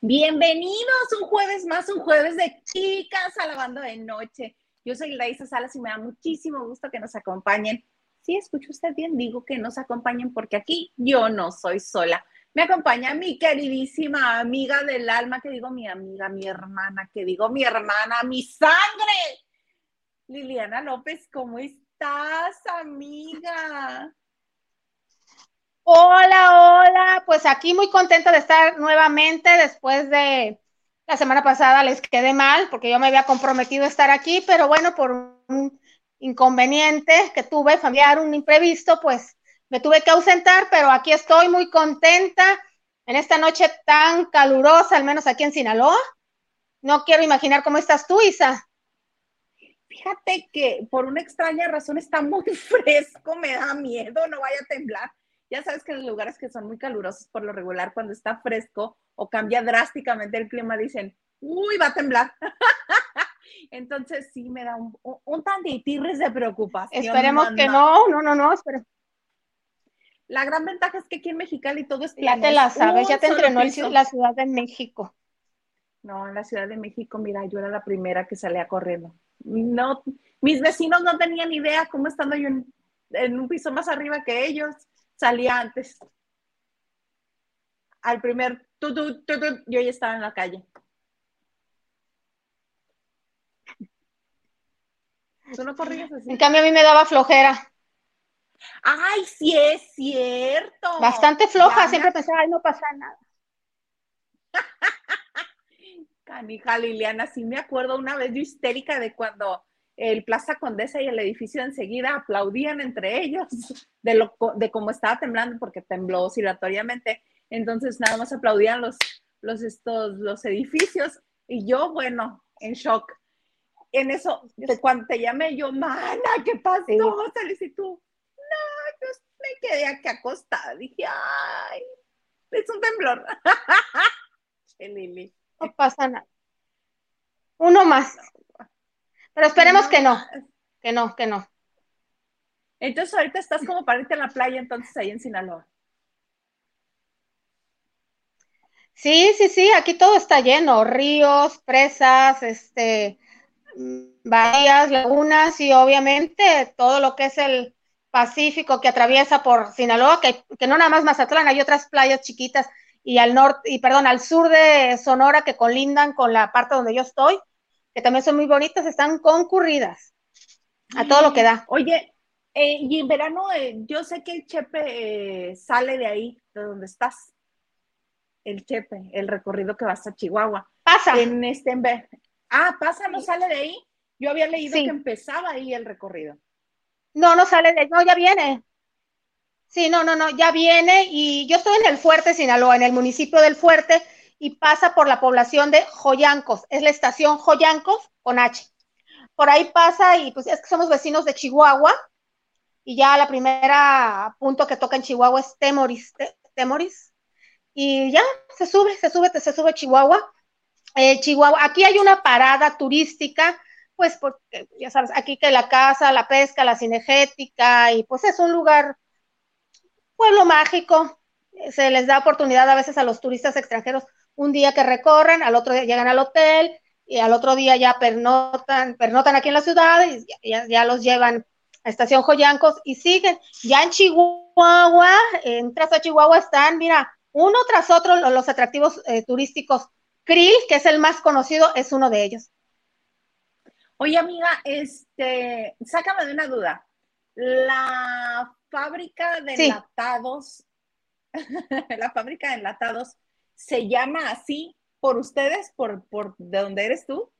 Bienvenidos un jueves más, un jueves de chicas alabando de noche. Yo soy Laisa Salas y me da muchísimo gusto que nos acompañen. Si escucha usted bien, digo que nos acompañen porque aquí yo no soy sola. Me acompaña mi queridísima amiga del alma, que digo mi amiga, mi hermana, que digo mi hermana, mi sangre. Liliana López, ¿cómo estás, amiga? Hola, pues aquí muy contenta de estar nuevamente después de la semana pasada les quedé mal porque yo me había comprometido a estar aquí, pero bueno, por un inconveniente que tuve, familiar, un imprevisto, pues me tuve que ausentar, pero aquí estoy muy contenta en esta noche tan calurosa, al menos aquí en Sinaloa. No quiero imaginar cómo estás tú, Isa. Fíjate que por una extraña razón está muy fresco, me da miedo, no vaya a temblar. Ya sabes que en los lugares que son muy calurosos por lo regular, cuando está fresco o cambia drásticamente el clima, dicen, uy, va a temblar. Entonces sí me da un tantitirres de preocupación, Esperemos que mana. no, espero. La gran ventaja es que aquí en Mexicali todo es Ya plano, te es la sabes, ya un te solo entrenó piso. la Ciudad de México. No, en la Ciudad de México, mira, yo era la primera que salía corriendo. No, mis vecinos no tenían idea cómo estando yo en un piso más arriba que ellos, salía antes. Al primer yo ya estaba en la calle. ¿Tú no corrías En así? cambio, a mí me daba flojera. ¡Ay, sí es cierto! Bastante Ya floja, me siempre pensaba, ay, no pasa nada. canija Liliana, sí me acuerdo una vez yo histérica de cuando el Plaza Condesa y el edificio enseguida aplaudían entre ellos de cómo estaba temblando, porque tembló oscilatoriamente. Entonces nada más aplaudían los edificios y yo, bueno, en shock. En eso, cuando te llamé yo, mana, ¿qué pasó? Sí, Salís y tú, no, yo me quedé aquí acostada. Dije, ay, es un temblor. Che, Lili. no pasa nada. Uno más, No, pero esperemos uno que no, más. que no, que no. Entonces ahorita estás como para irte a la playa, entonces ahí en Sinaloa. Sí, aquí todo está lleno, ríos, presas, bahías, lagunas y obviamente todo lo que es el Pacífico que atraviesa por Sinaloa, que no nada más Mazatlán, hay otras playas chiquitas y al norte, y perdón, al sur de Sonora que colindan con la parte donde yo estoy, que también son muy bonitas, están concurridas a todo lo que da. Oye, y en verano, yo sé que el Chepe sale de ahí, de donde estás, el Chepe, el recorrido que vas a Chihuahua. Pasa, Pasa, no sale de ahí. Yo había leído que sí, empezaba ahí el recorrido. no sale de, no, ya viene. Sí, no, ya viene y yo estoy en el Fuerte, Sinaloa, en el municipio del Fuerte y pasa por la población de Joyancos, es la estación Joyancos con H. Por ahí pasa y pues es que somos vecinos de Chihuahua y ya la primera punto que toca en Chihuahua es Temoris y ya se sube Chihuahua. Chihuahua, aquí hay una parada turística, pues porque ya sabes, aquí que la caza, la pesca, la cinegética y pues es un lugar pueblo mágico, se les da oportunidad a veces a los turistas extranjeros un día que recorren, al otro día llegan al hotel y al otro día ya pernotan aquí en la ciudad y ya los llevan a Estación Joyancos y siguen. Ya en Chihuahua, entras a Chihuahua, están, mira, uno tras otro los atractivos turísticos. Krill, que es el más conocido, es uno de ellos. Oye, amiga, sácame de una duda. La fábrica de Sí, enlatados, la fábrica de enlatados, ¿se llama así por ustedes, por de dónde eres tú?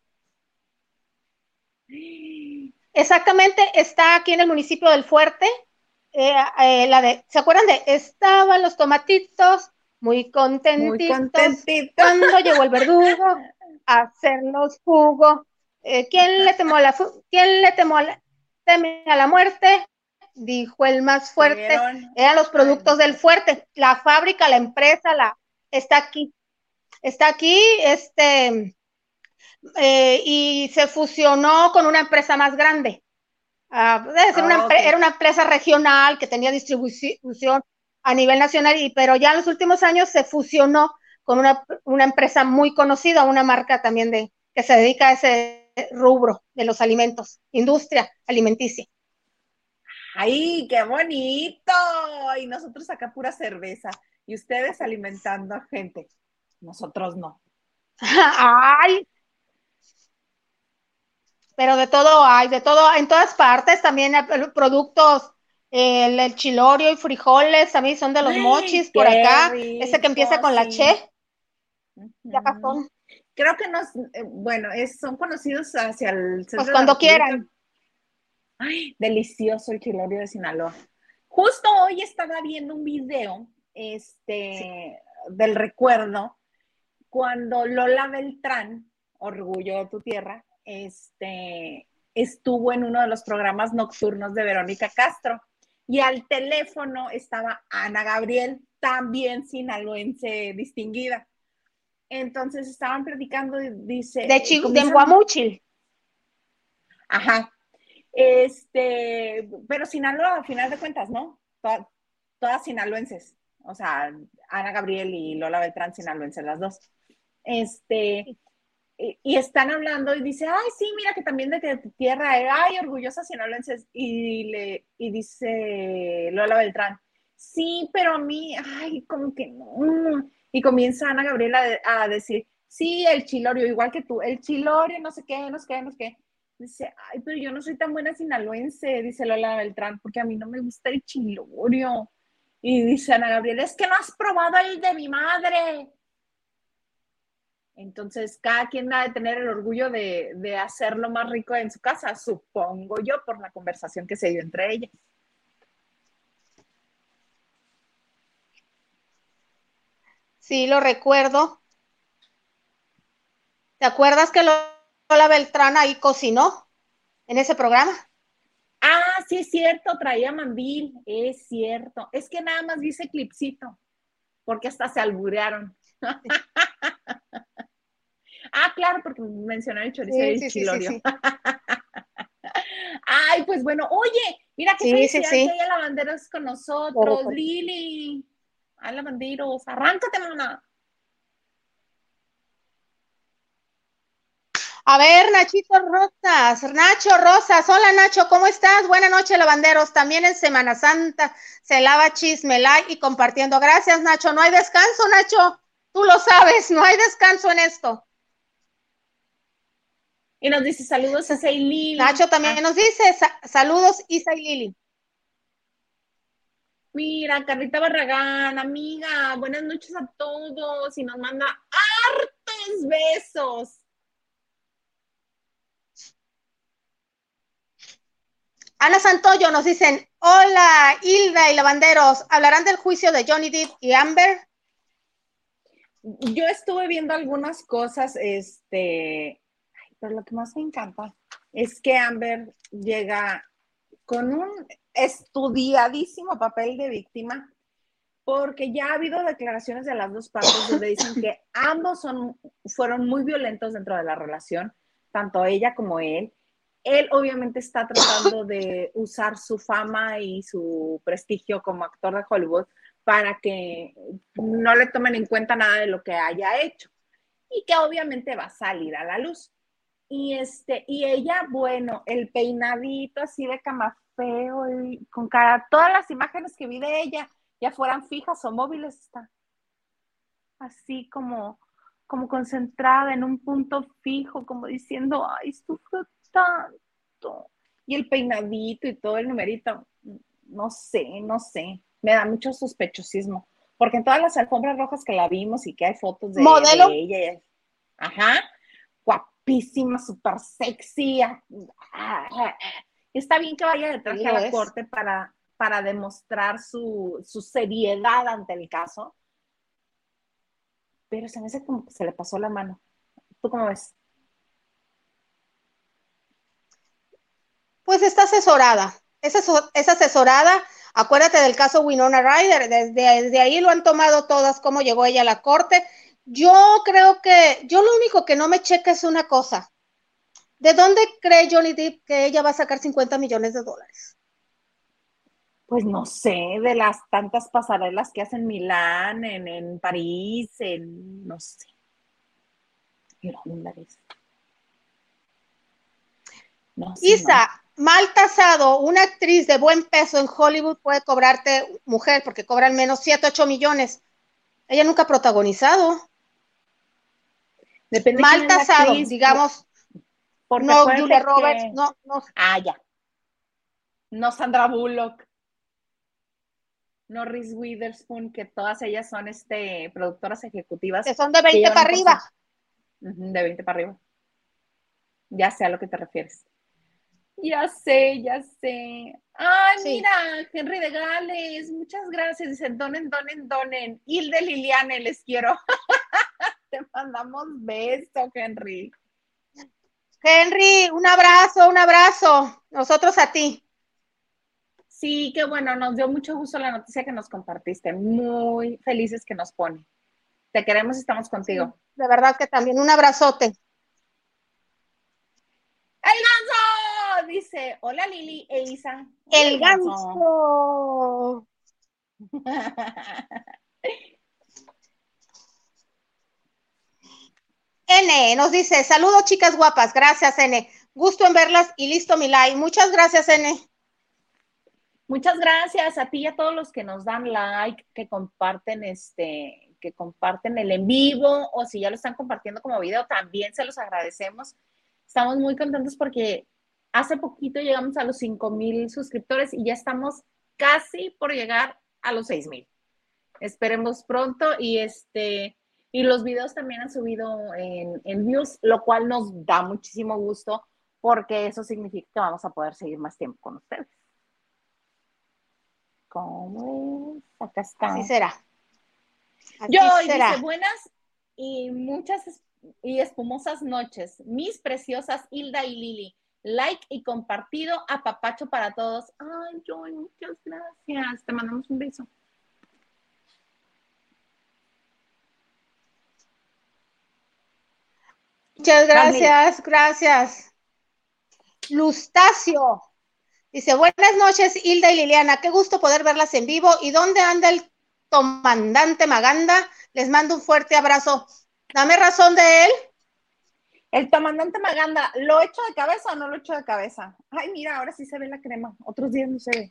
exactamente, está aquí en el municipio del Fuerte. ¿Se acuerdan de? Estaban los tomatitos muy Muy contentitos contentita. cuando llegó el verdugo a hacerlos jugo. ¿Quién le temó teme a la muerte? Dijo el más fuerte. Fueron, Eran los ay, productos no del sé. Fuerte. La fábrica, la empresa, está aquí. Está aquí, y se fusionó con una empresa más grande. Debe ser Oh, ok. era una empresa regional que tenía distribución a nivel nacional, pero ya en los últimos años se fusionó con una empresa muy conocida, una marca también que se dedica a ese rubro de los alimentos, industria alimenticia. ¡Ay, qué bonito! Y nosotros acá pura cerveza. Y ustedes alimentando a gente. Nosotros no. ¡Ay! Pero de todo hay, de todo, en todas partes también productos, el chilorio y frijoles, también son de los mochis por ¡Qué acá, ese que rico! empieza con la Sí. che, ya son. Creo que bueno, son conocidos hacia el centro Pues de la cuando República. quieran. Ay, delicioso el chilorio de Sinaloa. Justo hoy estaba viendo un video, Sí. del recuerdo cuando Lola Beltrán, Orgullo de tu Tierra, estuvo en uno de los programas nocturnos de Verónica Castro. Y al teléfono estaba Ana Gabriel, también sinaloense distinguida. Entonces estaban platicando, dice, De Guamúchil. Ajá. Pero Sinaloa, a final de cuentas, ¿no? Todas sinaloenses. O sea, Ana Gabriel y Lola Beltrán, sinaloenses, las dos. Y están hablando y dice, ay, sí, mira que también de tu tierra, ay, orgullosa sinaloenses. Y dice Lola Beltrán, sí, pero a mí, ay, como que no. Y comienza Ana Gabriela a decir, sí, el chilorio, igual que tú, el chilorio, no sé qué, no sé qué, no sé qué. Dice, ay, pero yo no soy tan buena sinaloense, dice Lola Beltrán, porque a mí no me gusta el chilorio. Y dice Ana Gabriela, es que no has probado el de mi madre. Entonces, cada quien ha de tener el orgullo de hacerlo más rico en su casa, supongo yo, por la conversación que se dio entre ellas. Sí, lo recuerdo. ¿Te acuerdas que Lola Beltrán ahí cocinó en ese programa? Ah, sí es cierto, traía mandil, es cierto. Es que nada más dice clipcito, porque hasta se alburearon. Ah, claro, porque mencionó el chorizo y Sí, el sí, sí, sí, chilorio. sí. Ay, pues bueno, oye, mira qué Sí, sí, felicidad que sí. haya lavanderos con nosotros, Lili. Ay, lavanderos, arráncate, mamá. A ver, Nachito Rosas, Nacho Rosas, hola Nacho, ¿cómo estás? Buenas noches, lavanderos. También en Semana Santa se lava chisme, like y compartiendo. Gracias, Nacho. No hay descanso, Nacho. Tú lo sabes, no hay descanso en esto. Y nos dice saludos, Isa y Lili. Nacho también nos dice saludos, Isa y Lili. Mira, Carlita Barragán, amiga, buenas noches a todos y nos manda hartos besos. Ana Santoyo nos dicen, hola Hilda y lavanderos, ¿hablarán del juicio de Johnny Depp y Amber? Yo estuve viendo algunas cosas, pero lo que más me encanta es que Amber llega con un estudiadísimo papel de víctima, porque ya ha habido declaraciones de las dos partes donde dicen que ambos fueron muy violentos dentro de la relación, tanto ella como él. Él obviamente está tratando de usar su fama y su prestigio como actor de Hollywood para que no le tomen en cuenta nada de lo que haya hecho y que obviamente va a salir a la luz. Y ella, bueno, el peinadito así de camafeo y con cara, todas las imágenes que vi de ella, ya fueran fijas o móviles, está así como concentrada en un punto fijo, como diciendo, ay, sufro tanto. Y el peinadito y todo el numerito, no sé, me da mucho sospechosismo, porque en todas las alfombras rojas que la vimos y que hay fotos de Modelo. ella, ajá, guapísima, súper sexy. Está bien que vaya de traje a la corte para demostrar su seriedad ante el caso, pero se me hace como que se le pasó la mano. ¿Tú cómo ves? Pues está asesorada, es asesorada. Acuérdate del caso Winona Ryder, desde ahí lo han tomado todas, cómo llegó ella a la corte. Yo creo que, yo lo único que no me checa es una cosa. ¿De dónde cree Johnny Depp que ella va a sacar $50 millones? Pues no sé, de las tantas pasarelas que hacen en Milán, en París, no sé, en Londres. No sé, no. Isa, mal tasado, una actriz de buen peso en Hollywood puede cobrarte, mujer, porque cobran menos 7, 8 millones. Ella nunca ha protagonizado. Depende quién Mal es la tasado, actriz, digamos, porque no Julia acuérdate Roberts, que, no, no, ya, no Sandra Bullock, no Reese Witherspoon, que todas ellas son productoras que ejecutivas son de que 20 llevan para un arriba. porcentaje de 20 para arriba. Ya sé a lo que te refieres. Ya sé, ya sé. Ay, Sí. mira, Henry de Gales, muchas gracias. Dicen, donen. Hilde Liliane, les quiero. Te mandamos beso, Henry. Henry, un abrazo, un abrazo. Nosotros a ti. Sí, qué bueno, nos dio mucho gusto la noticia que nos compartiste. Muy felices que nos pone. Te queremos y estamos Sí, contigo. de verdad que también. Un abrazote. ¡El ganso! Dice, hola Lili e Isa. Hola El el ganso. ganso. N nos dice, saludos chicas guapas, gracias N. Gusto en verlas y listo mi like. Muchas gracias N. Muchas gracias a ti y a todos los que nos dan like, que comparten que comparten el en vivo, o si ya lo están compartiendo como video, también se los agradecemos. Estamos muy contentos porque hace poquito llegamos a los 5,000 suscriptores y ya estamos casi por llegar a los 6,000. Esperemos pronto y los videos también han subido en views, lo cual nos da muchísimo gusto porque eso significa que vamos a poder seguir más tiempo con ustedes. ¿Cómo es? Acá Así está. será. Así Joy dice, será. buenas y muchas y espumosas noches. Mis preciosas Hilda y Lili. Like y compartido, apapacho para todos. Ay, Joy, muchas gracias. Te mandamos un beso. Muchas Vas, Lili. gracias, gracias. Lustacio dice, buenas noches Hilda y Liliana, qué gusto poder verlas en vivo. ¿Y dónde anda el comandante Maganda? Les mando un fuerte abrazo. Dame razón de él. El comandante Maganda, ¿lo echo de cabeza o no lo echo de cabeza? Ay, mira, ahora sí se ve la crema. Otros días no se ve.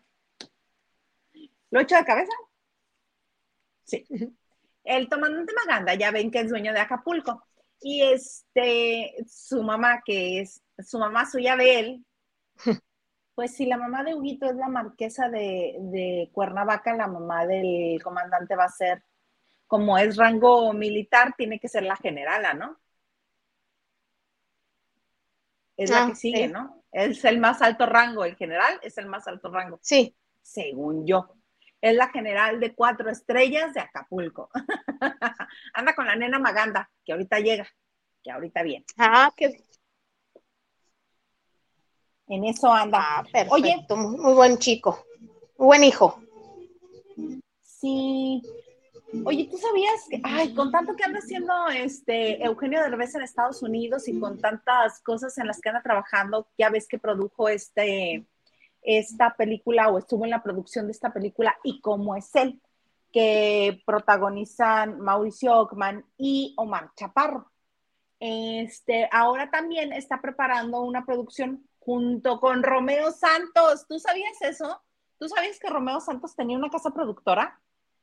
¿Lo echo de cabeza? Sí. El comandante Maganda, ya ven que es dueño de Acapulco. Y su mamá, que es su mamá suya de él, pues si la mamá de Huguito es la marquesa de Cuernavaca, la mamá del comandante va a ser, como es rango militar, tiene que ser la generala, ¿no? Es la que sigue, Sí, ¿no? Es el más alto rango, el general es el más alto rango, sí. según yo. Es la general de 4 estrellas de Acapulco. Anda con la nena Maganda, que ahorita llega, que ahorita viene. Qué. En eso anda. Oye, Perfecto. Muy buen chico. Muy buen hijo. sí. Oye, ¿tú sabías que, ay, con tanto que anda haciendo Eugenio Derbez en Estados Unidos y con tantas cosas en las que anda trabajando, ya ves que produjo esta película o estuvo en la producción de esta película y cómo es él, que protagonizan Mauricio Ockman y Omar Chaparro. Ahora también está preparando una producción junto con Romeo Santos. ¿Tú sabías eso? ¿Tú sabías que Romeo Santos tenía una casa productora?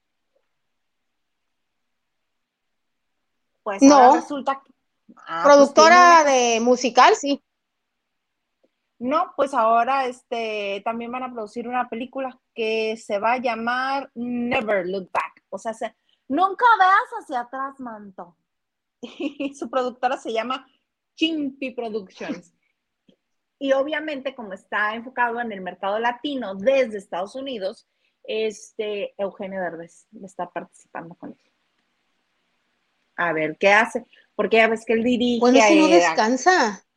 Pues ahora No, resulta que, pues tiene una productora casa. de musical, sí. No, pues ahora también van a producir una película que se va a llamar Never Look Back. O sea, nunca veas hacia atrás, manto. Y su productora se llama Chimpy Productions. Y obviamente, como está enfocado en el mercado latino desde Estados Unidos, Eugenio Derbez está participando con él. A ver qué hace, porque ya ves que él Bueno, dirige ese no descansa.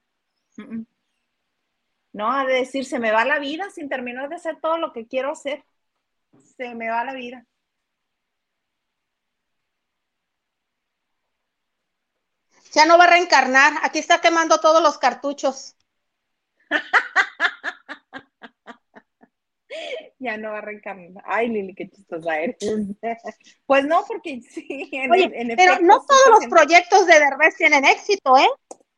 no, a decir, se me va la vida sin terminar de hacer todo lo que quiero hacer. Se me va la vida. Ya no va a reencarnar. Aquí está quemando todos los cartuchos. Ya no va a reencarnar. Ay, Lili, qué chistosa eres. Pues no, porque sí, Oye, en pero efecto, no sí todos está los haciendo. proyectos de Derbez tienen éxito, ¿eh?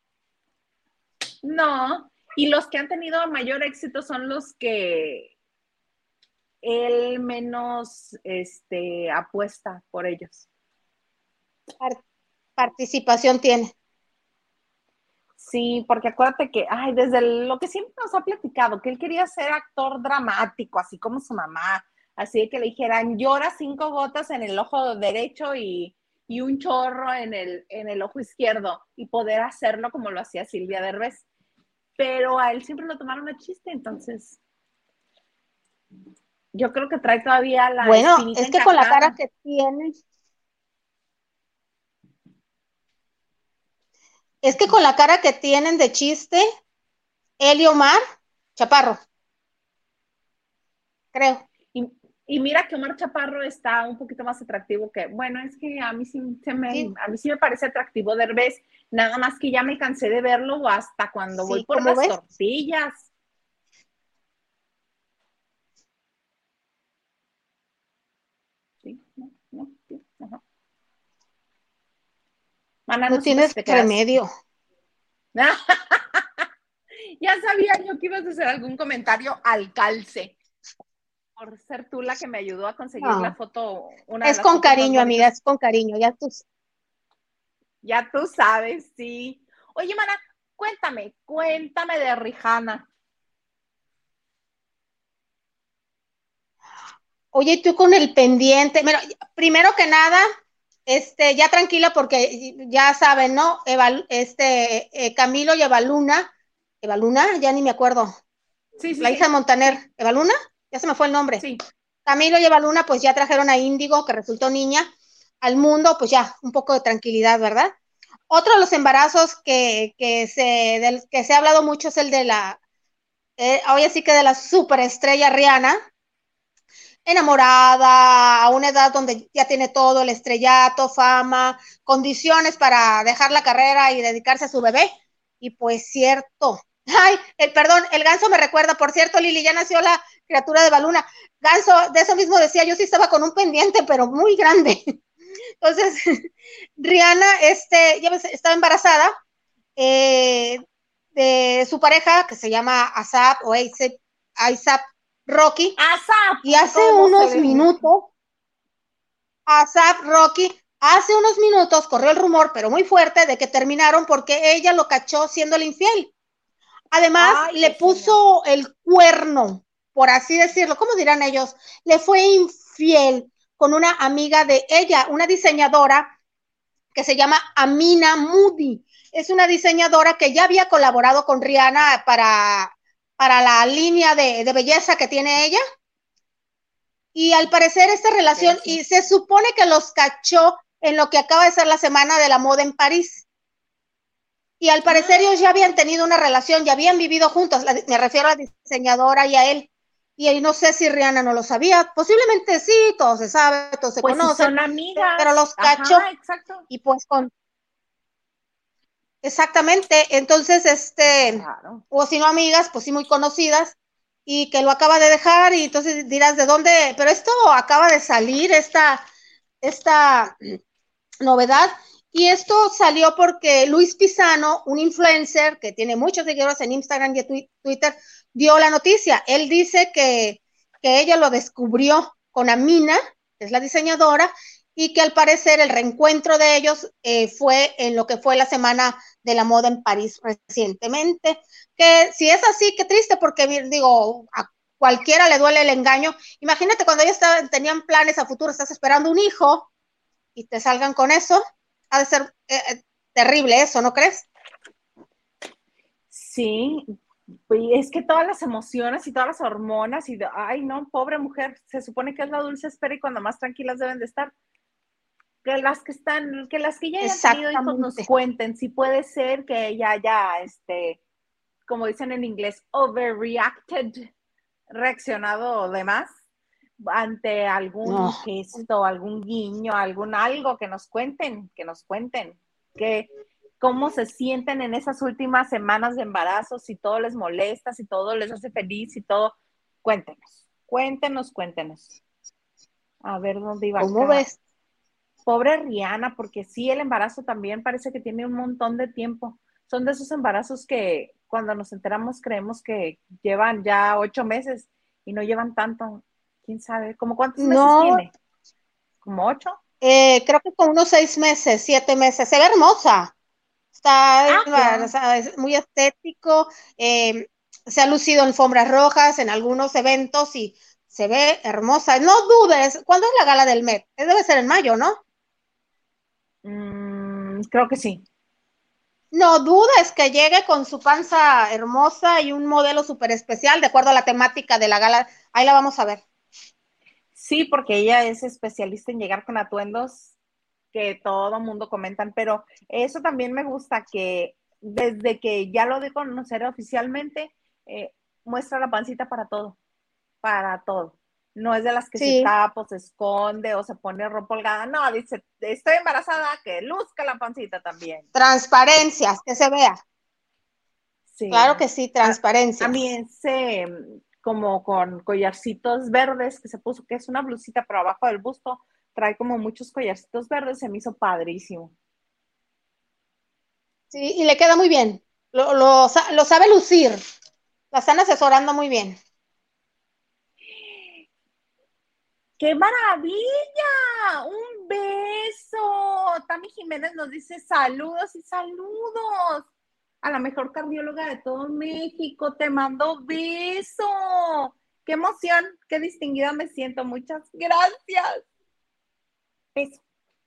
No, y los que han tenido mayor éxito son los que él menos apuesta por ellos. Participación tiene. Sí, porque acuérdate que, ay, desde lo que siempre nos ha platicado, que él quería ser actor dramático, así como su mamá, así de que le dijeran, llora 5 gotas en el ojo derecho y un chorro en el ojo izquierdo, y poder hacerlo como lo hacía Silvia Derbez. Pero a él siempre lo tomaron a chiste, entonces yo creo que trae todavía la Bueno, espinita es que con la cara encajada. que tiene, es que con la cara que tienen de chiste, él y Omar, Chaparro, creo. Y, y mira que Omar Chaparro está un poquito más atractivo que, bueno, es que a mí sí, Sí, a mí sí me parece atractivo Derbez, nada más que ya me cansé de verlo hasta cuando voy sí, por como las ves. tortillas. Sí, no, no, sí, ajá. Mana, No no supe si tienes te quedas. remedio. Ya sabía yo que ibas a hacer algún comentario al calce, por ser tú la que me ayudó a conseguir la No, foto, una de es las con fotos más cariño, amiga, bonitas. es con cariño. Ya tú. Ya tú sabes, sí. Oye, Mana, cuéntame de Rihanna. Oye, tú con el pendiente. Mira, primero que nada, ya tranquila porque ya saben, ¿no? Camilo y Evaluna, ya ni me acuerdo. Sí, sí, La hija de sí, sí, Montaner, Evaluna, ya se me fue el nombre. sí. Camilo y Evaluna, pues ya trajeron a Índigo, que resultó niña, al mundo, pues ya, un poco de tranquilidad, ¿verdad? Otro de los embarazos del que se ha hablado mucho es el de hoy sí que de la superestrella Rihanna, enamorada, a una edad donde ya tiene todo, el estrellato, fama, condiciones para dejar la carrera y dedicarse a su bebé. Y pues cierto. Ay, perdón, el ganso me recuerda, por cierto, Lili, ya nació la criatura de Baluna. Ganso, de eso mismo decía, yo sí estaba con un pendiente, pero muy grande. Entonces, Rihanna, ya ves, estaba embarazada de su pareja, que se llama Asap o ASAP Rocky, ASAP, y hace ¿cómo se unos le... minutos, ASAP Rocky, hace unos minutos corrió el rumor, pero muy fuerte, de que terminaron porque ella lo cachó siendo el infiel. Además, Ay, le qué señor. puso el cuerno, por así decirlo, ¿cómo dirán ellos? Le fue infiel con una amiga de ella, una diseñadora que se llama Amina Moody. Es una diseñadora que ya había colaborado con Rihanna para la línea de belleza que tiene ella. Y al parecer esta relación, Okay, sí. y se supone que los cachó en lo que acaba de ser la Semana de la Moda en París. Y al parecer ellos ya habían tenido una relación, ya habían vivido juntos, me refiero a la diseñadora y a él. Y ahí no sé si Rihanna no lo sabía, posiblemente sí, todo se sabe, todos se Pues si conocen, son pero amigas, los cachó ajá, exacto. y pues exactamente, entonces, Qué raro. o si no amigas, pues sí muy conocidas, y que lo acaba de dejar, y entonces dirás, ¿de dónde? Pero esto acaba de salir, esta novedad, y esto salió porque Luis Pisano, un influencer que tiene muchos seguidores en Instagram y Twitter, dio la noticia. Él dice que ella lo descubrió con Amina, que es la diseñadora, y que al parecer el reencuentro de ellos fue en lo que fue la Semana de la Moda en París recientemente. Que si es así, qué triste, porque digo, a cualquiera le duele el engaño. Imagínate cuando ellos tenían planes a futuro, estás esperando un hijo y te salgan con eso, ha de ser terrible eso, ¿no crees? Sí, y es que todas las emociones y todas las hormonas y ay no, pobre mujer, se supone que es la dulce espera y cuando más tranquilas deben de estar. Que las que ya hayan tenido hijos nos Exactamente. cuenten si puede ser que ella haya, como dicen en inglés, overreacted, reaccionado o demás ante No, algún gesto, algún guiño, algún algo que nos cuenten, que cómo se sienten en esas últimas semanas de embarazo, si todo les molesta, si todo les hace feliz, si todo, cuéntenos. Cuéntenos. A ver dónde iba ¿Cómo acá. ves? Pobre Rihanna, porque sí, el embarazo también parece que tiene un montón de tiempo. Son de esos embarazos que cuando nos enteramos creemos que llevan ya 8 meses y no llevan tanto. ¿Quién sabe? ¿Cómo cuántos meses No, tiene? ¿Como 8? creo que con unos 6 meses, 7 meses. Se ve hermosa. Está, Ah, o claro. sea, es muy estético. Se ha lucido en alfombras rojas en algunos eventos y se ve hermosa. No dudes, ¿cuándo es la gala del Met? Debe ser en mayo, ¿no? Creo que sí. No dudes que llegue con su panza hermosa y un modelo súper especial de acuerdo a la temática de la gala. Ahí la vamos a ver. Sí, porque ella es especialista en llegar con atuendos que todo mundo comentan, pero eso también me gusta que desde que ya lo de conocer oficialmente, muestra la pancita para todo, para todo. No es de las que se Sí, tapa o se esconde o se pone ropa holgada, no, dice, estoy embarazada, que luzca la pancita también. transparencias, que se vea. Claro Sí. que sí, A mí transparencias. ese como con collarcitos verdes que se puso, que es una blusita, pero abajo del busto trae como muchos collarcitos verdes, se me hizo padrísimo. Sí, y le queda muy bien. Lo sabe lucir. La están asesorando muy bien. ¡Qué maravilla! ¡Un beso! Tami Jiménez nos dice saludos y saludos. A la mejor cardióloga de todo México, te mando beso. ¡Qué emoción! ¡Qué distinguida me siento! Muchas gracias. Beso.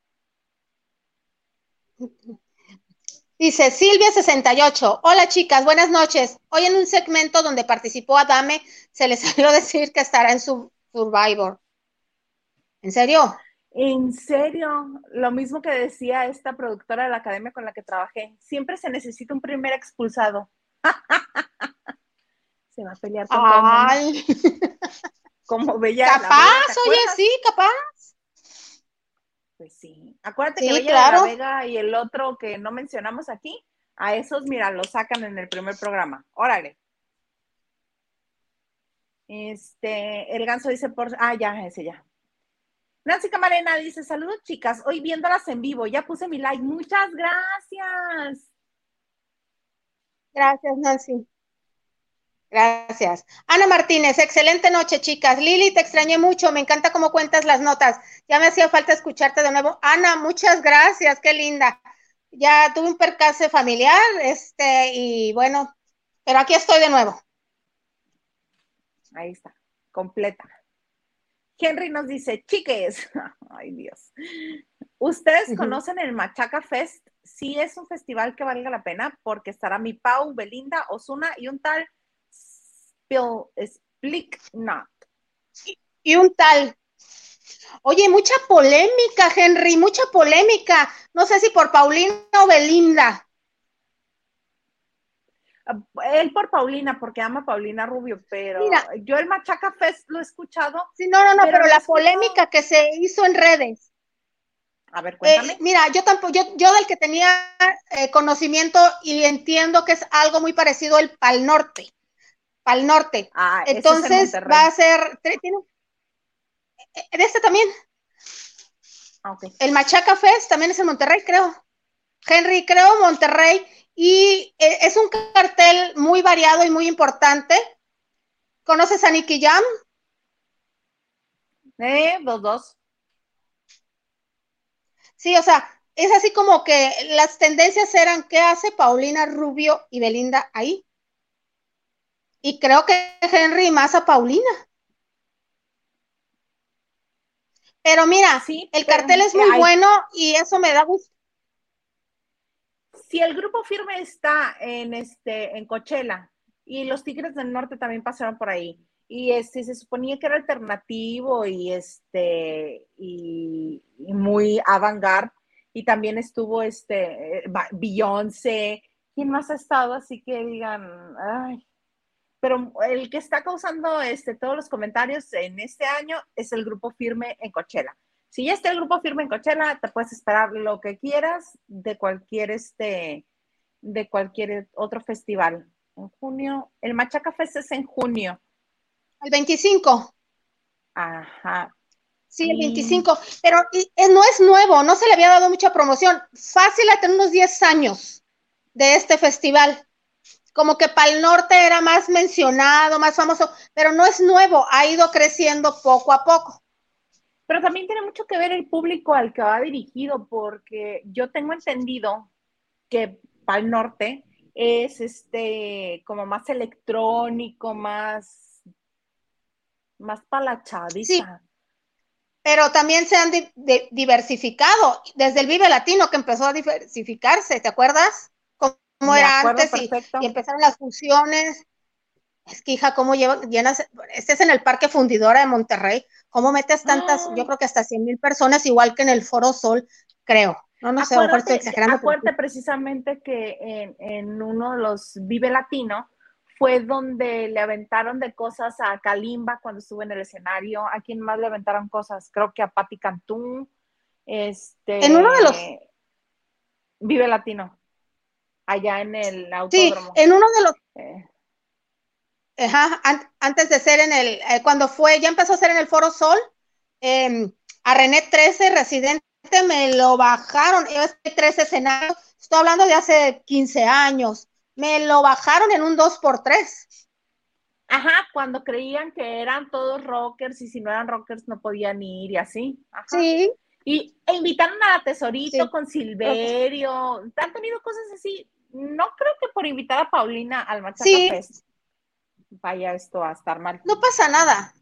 Dice Silvia68. Hola chicas, buenas noches. Hoy en un segmento donde participó Adame, se les salió decir que estará en su Survivor. ¿En serio? En serio, lo mismo que decía esta productora de la academia con la que trabajé, siempre se necesita un primer expulsado. Se va a pelear con todo el mundo. Ay, Como Bella de la Vega, ¿te capaz, oye, sí, acuerdas? capaz. Pues sí. Acuérdate que Sí, Bella de la claro. Vega y el otro que no mencionamos aquí, a esos, mira, los sacan en el primer programa. Órale. El ganso dice ya, ese ya. Nancy Camarena dice, saludos chicas, hoy viéndolas en vivo, ya puse mi like, muchas gracias. Gracias, Nancy. Gracias. Ana Martínez, excelente noche, chicas. Lili, te extrañé mucho, me encanta cómo cuentas las notas. Ya me hacía falta escucharte de nuevo. Ana, muchas gracias, qué linda. Ya tuve un percance familiar, y bueno, pero aquí estoy de nuevo. Ahí está, completa. Henry nos dice, chiques, ay Dios, ¿ustedes conocen el Machaca Fest? Sí es un festival que valga la pena porque estará mi Pau, Belinda, Ozuna y un tal Split Y un tal. Oye, mucha polémica, Henry, mucha polémica. No sé si por Paulina o Belinda. Él por Paulina, porque ama a Paulina Rubio, pero Mira, yo el Machaca Fest lo he escuchado, sí, no, no, no, pero pero lo he la escuchado. polémica que se hizo en redes. A ver, cuéntame. Mira, yo tampoco, yo del que tenía conocimiento y entiendo que es algo muy parecido al Pal Norte, Pal Norte. Ah, ese es en Entonces va Monterrey. a ser, de este también, Ah, ok. el Machaca Fest también es en Monterrey, creo. Henry, creo, Monterrey, y es un cartel muy variado y muy importante. ¿Conoces a Nicky Jam? Los dos. Sí, o sea, es así como que las tendencias eran qué hace Paulina Rubio y Belinda ahí. Y creo que Henry más a Paulina. Pero mira, Sí, el pero cartel es muy bueno y eso me da gusto. si el grupo firme está en Coachella y los Tigres del Norte también pasaron por ahí y se suponía que era alternativo y muy avant-garde y también estuvo Beyoncé, ¿quién más ha estado? Así que digan, ay, pero el que está causando todos los comentarios en este año es el grupo firme en Coachella. Si ya está el grupo firme en Coachella, te puedes esperar lo que quieras de cualquier otro festival. En junio, el Machaca Fest es en junio. El 25. Ajá. Sí, el 25, pero no es nuevo, no se le había dado mucha promoción. Fácil a tener unos 10 años de este festival. Como que para el norte era más mencionado, más famoso, pero no es nuevo, ha ido creciendo poco a poco. Pero también tiene mucho que ver el público al que va dirigido, porque yo tengo entendido que para el norte es como más electrónico, más para la Sí, chaviza. pero también se han diversificado desde el Vive Latino que empezó a diversificarse, ¿te acuerdas? Cómo Me era acuerdo antes y perfecto. empezaron las fusiones. Es que, hija, ¿cómo llenas? Este es en el Parque Fundidora de Monterrey. ¿Cómo metes tantas? Yo creo que hasta 100,000 personas, igual que en el Foro Sol, creo. No sé, a lo mejor estoy exagerando, pero Acuérdate precisamente que en uno de los Vive Latino fue donde le aventaron de cosas a Kalimba cuando estuvo en el escenario. ¿A quién más le aventaron cosas? Creo que a Patti Cantú. en uno de los, Vive Latino, allá en el sí, autódromo. en uno de los, Eh, antes de ser en el, cuando fue, ya empezó a ser en el Foro Sol, a René 13, Residente, me lo bajaron, yo estoy 13 escenarios, estoy hablando de hace 15 años, me lo bajaron en un 2x3. Ajá, cuando creían que eran todos rockers y si no eran rockers no podían ir y así. Ajá. Sí, E invitaron a Tesorito sí, con creo que Silverio. Han tenido cosas así. No creo que por invitar a Paulina al Machaca sí, Fest vaya esto a estar mal. no pasa nada.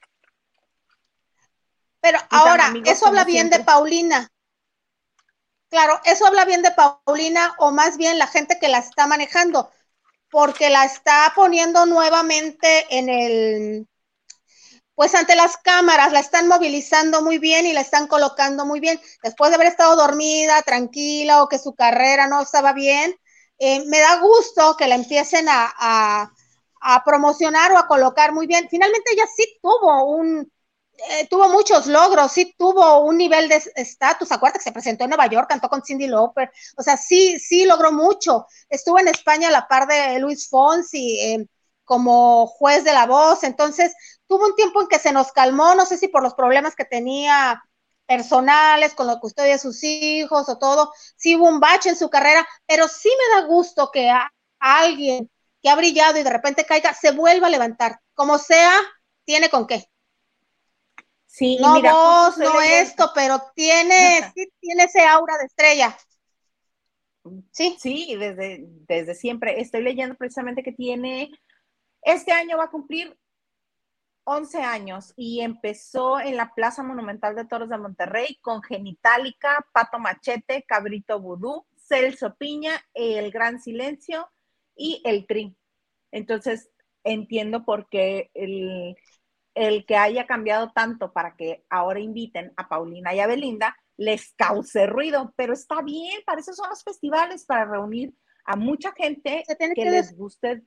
Pero Y tan ahora, amigos eso como habla bien de siempre. Paulina. Claro, eso habla bien de Paulina o más bien la gente que la está manejando, porque la está poniendo nuevamente en el, pues ante las cámaras, la están movilizando muy bien y la están colocando muy bien. Después de haber estado dormida, tranquila o que su carrera no estaba bien, me da gusto que la empiecen a promocionar o a colocar muy bien. Finalmente ella sí tuvo muchos logros, sí tuvo un nivel de estatus. Acuérdate que se presentó en Nueva York, cantó con Cyndi Lauper, o sea, sí logró mucho. Estuvo en España a la par de Luis Fonsi como juez de La Voz, entonces tuvo un tiempo en que se nos calmó, no sé si por los problemas que tenía personales, con la custodia de sus hijos o todo, sí hubo un bache en su carrera, pero sí me da gusto que a alguien que ha brillado y de repente caiga, se vuelva a levantar, como sea, tiene con qué. Sí, y No mira, justo voz, estoy no leyendo. esto, pero sí tiene ese aura de estrella. Sí. Sí, desde siempre. Estoy leyendo precisamente que este año va a cumplir 11 años y empezó en la Plaza Monumental de Toros de Monterrey con Genitalica, Pato Machete, Cabrito Vudú, Celso Piña, El Gran Silencio y El Tri. Entonces, entiendo por qué el que haya cambiado tanto para que ahora inviten a Paulina y a Belinda les cause ruido, pero está bien, para eso son los festivales, para reunir a mucha gente Se tiene que que les guste.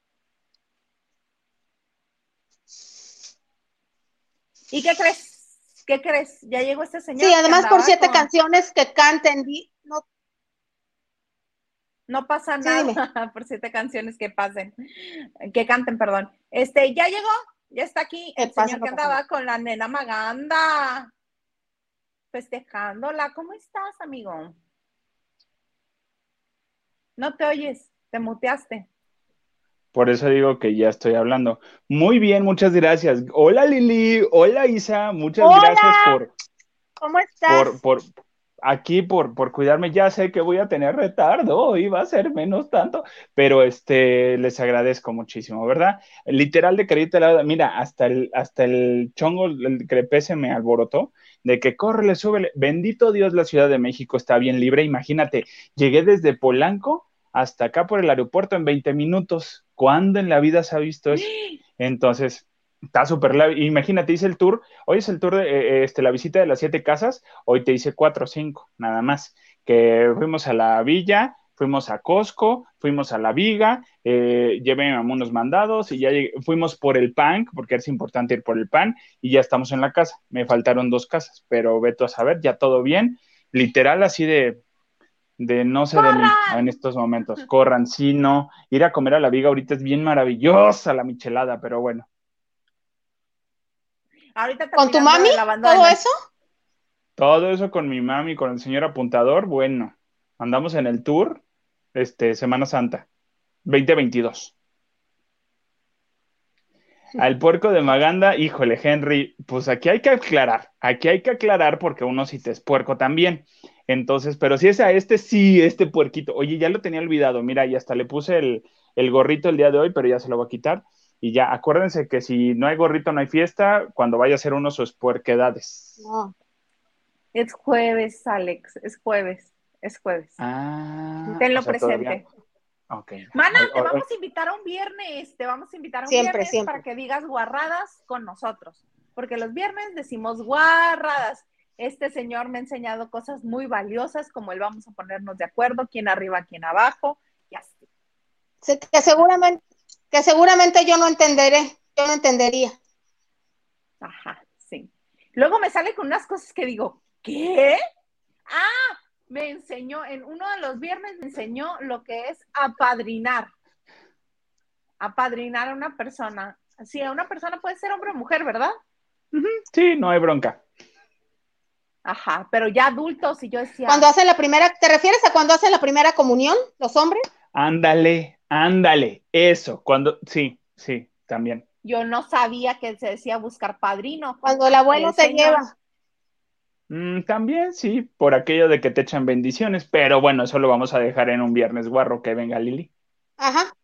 ¿Y qué crees? ¿Qué crees? Ya llegó este Sí, señor que además por andaba 7 canciones que canten, no, no pasa sí, nada dime. por 7 canciones que pasen, que canten, perdón. Ya llegó, ya está aquí ¿Qué el pasa? señor que No pasa nada. andaba con la nena Maganda, festejándola. ¿Cómo estás, amigo? No te oyes, te muteaste. Por eso digo que ya estoy hablando. Muy bien, muchas gracias. Hola Lili, hola Isa, muchas gracias Hola, ¿cómo estás? por, por aquí, por cuidarme. Ya sé que voy a tener retardo y va a ser menos tanto, pero les agradezco muchísimo, ¿verdad? Literal de carita helada, mira, hasta el chongo, el crepe se me alborotó de que córrele, súbele. Bendito Dios, la Ciudad de México está bien libre. Imagínate, llegué desde Polanco hasta acá por el aeropuerto en 20 minutos. ¿Cuándo en la vida se ha visto eso? Entonces, está súper leve. Imagínate, hice el tour. Hoy es el tour de la visita de las 7 casas. Hoy te hice 4 o 5, nada más. Que fuimos a la villa, fuimos a Costco, fuimos a la Viga, llevé a unos mandados y ya fuimos por el pan, porque es importante ir por el pan, y ya estamos en la casa. Me faltaron 2 casas, pero veto a saber, ya todo bien. Literal, así de no sé de mí ¡Corran! en estos momentos. Corran, sí, no. Ir a comer a la Viga ahorita es bien maravillosa la michelada, pero bueno. Ahorita ¿Con tu terminando mami? de lavando de ¿Todo noche. eso? Todo eso con mi mami, con el señor apuntador, bueno, andamos en el tour, Semana Santa, 2022. Al puerco de Maganda, híjole, Henry, pues aquí hay que aclarar porque uno sí te es puerco también. Entonces, pero si es a sí, este puerquito. Oye, ya lo tenía olvidado, mira, y hasta le puse el gorrito el día de hoy, pero ya se lo voy a quitar. Y ya, acuérdense que si no hay gorrito, no hay fiesta, cuando vaya a hacer uno sus puerquedades. No. Es jueves, Alex, es jueves, es jueves. Ah, o Tenlo sea, todavía. presente. Ok. Mana, te vamos a invitar a un viernes, Siempre, siempre. para que digas guarradas con nosotros, porque los viernes decimos guarradas. Este señor me ha enseñado cosas muy valiosas, como el vamos a ponernos de acuerdo, quién arriba, quién abajo, y así. Sí, que seguramente yo no entendería. Ajá, sí. Luego me sale con unas cosas que digo, ¿qué? Ah, me enseñó, en uno de los viernes me enseñó lo que es apadrinar. Apadrinar a una persona. Sí, a una persona puede ser hombre o mujer, ¿verdad? Sí, no hay bronca. Ajá, pero ya adultos, y yo decía. Cuando hacen la primera, ¿te refieres a cuando hacen la primera comunión, los hombres? Ándale, eso, sí, también. Yo no sabía que se decía buscar padrino. Cuando el Aquí abuelo el te señor. lleva. También sí, por aquello de que te echan bendiciones, pero bueno, eso lo vamos a dejar en un viernes guarro que venga Lili. Ajá.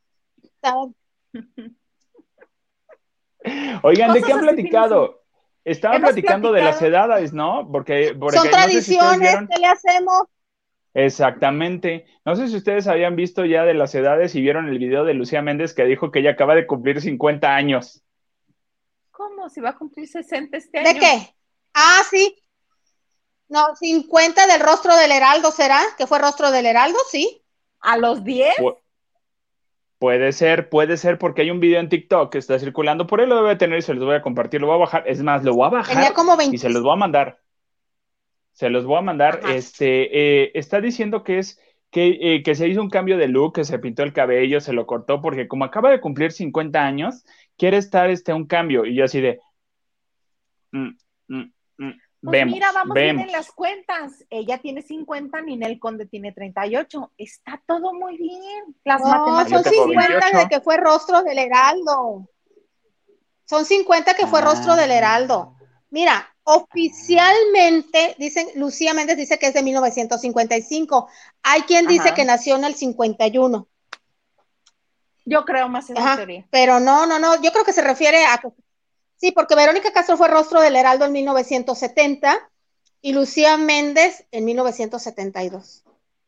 Oigan, ¿de qué han Cosas así platicado? Estaban hemos platicando de las platicado. edades, ¿no? Porque Son no sé si ustedes tradiciones vieron. que le hacemos. Exactamente. No sé si ustedes habían visto ya de las edades y vieron el video de Lucía Méndez que dijo que ella acaba de cumplir 50 años. ¿Cómo? Si va a cumplir 60 este ¿De año. qué? Ah, sí. No, 50 del rostro del Heraldo, ¿será? ¿Que fue rostro del Heraldo? Sí. ¿A los 10? Puede ser porque hay un video en TikTok que está circulando, por ahí lo debe tener y se los voy a compartir, lo voy a bajar, es más, lo voy a Tenía bajar como y 20. se los voy a mandar. Se los voy a mandar. Ajá. Está diciendo que se hizo un cambio de look, que se pintó el cabello, se lo cortó, porque como acaba de cumplir 50 años, quiere estar un cambio. Y yo así de. mm, mm, Pues mira, vamos bien en vemos. las cuentas. Ella tiene 50, Ninel Conde tiene 38. Está todo muy bien. Las No, matemáticas. son Yo tengo 50 de 28. que fue rostro del Heraldo. Son 50 que fue rostro del Heraldo. Mira, oficialmente, dicen, Lucía Méndez dice que es de 1955. Hay quien dice que nació en el 51. Yo creo más esa teoría. Pero no, yo creo que se refiere a... Sí, porque Verónica Castro fue rostro del Heraldo en 1970 y Lucía Méndez en 1972.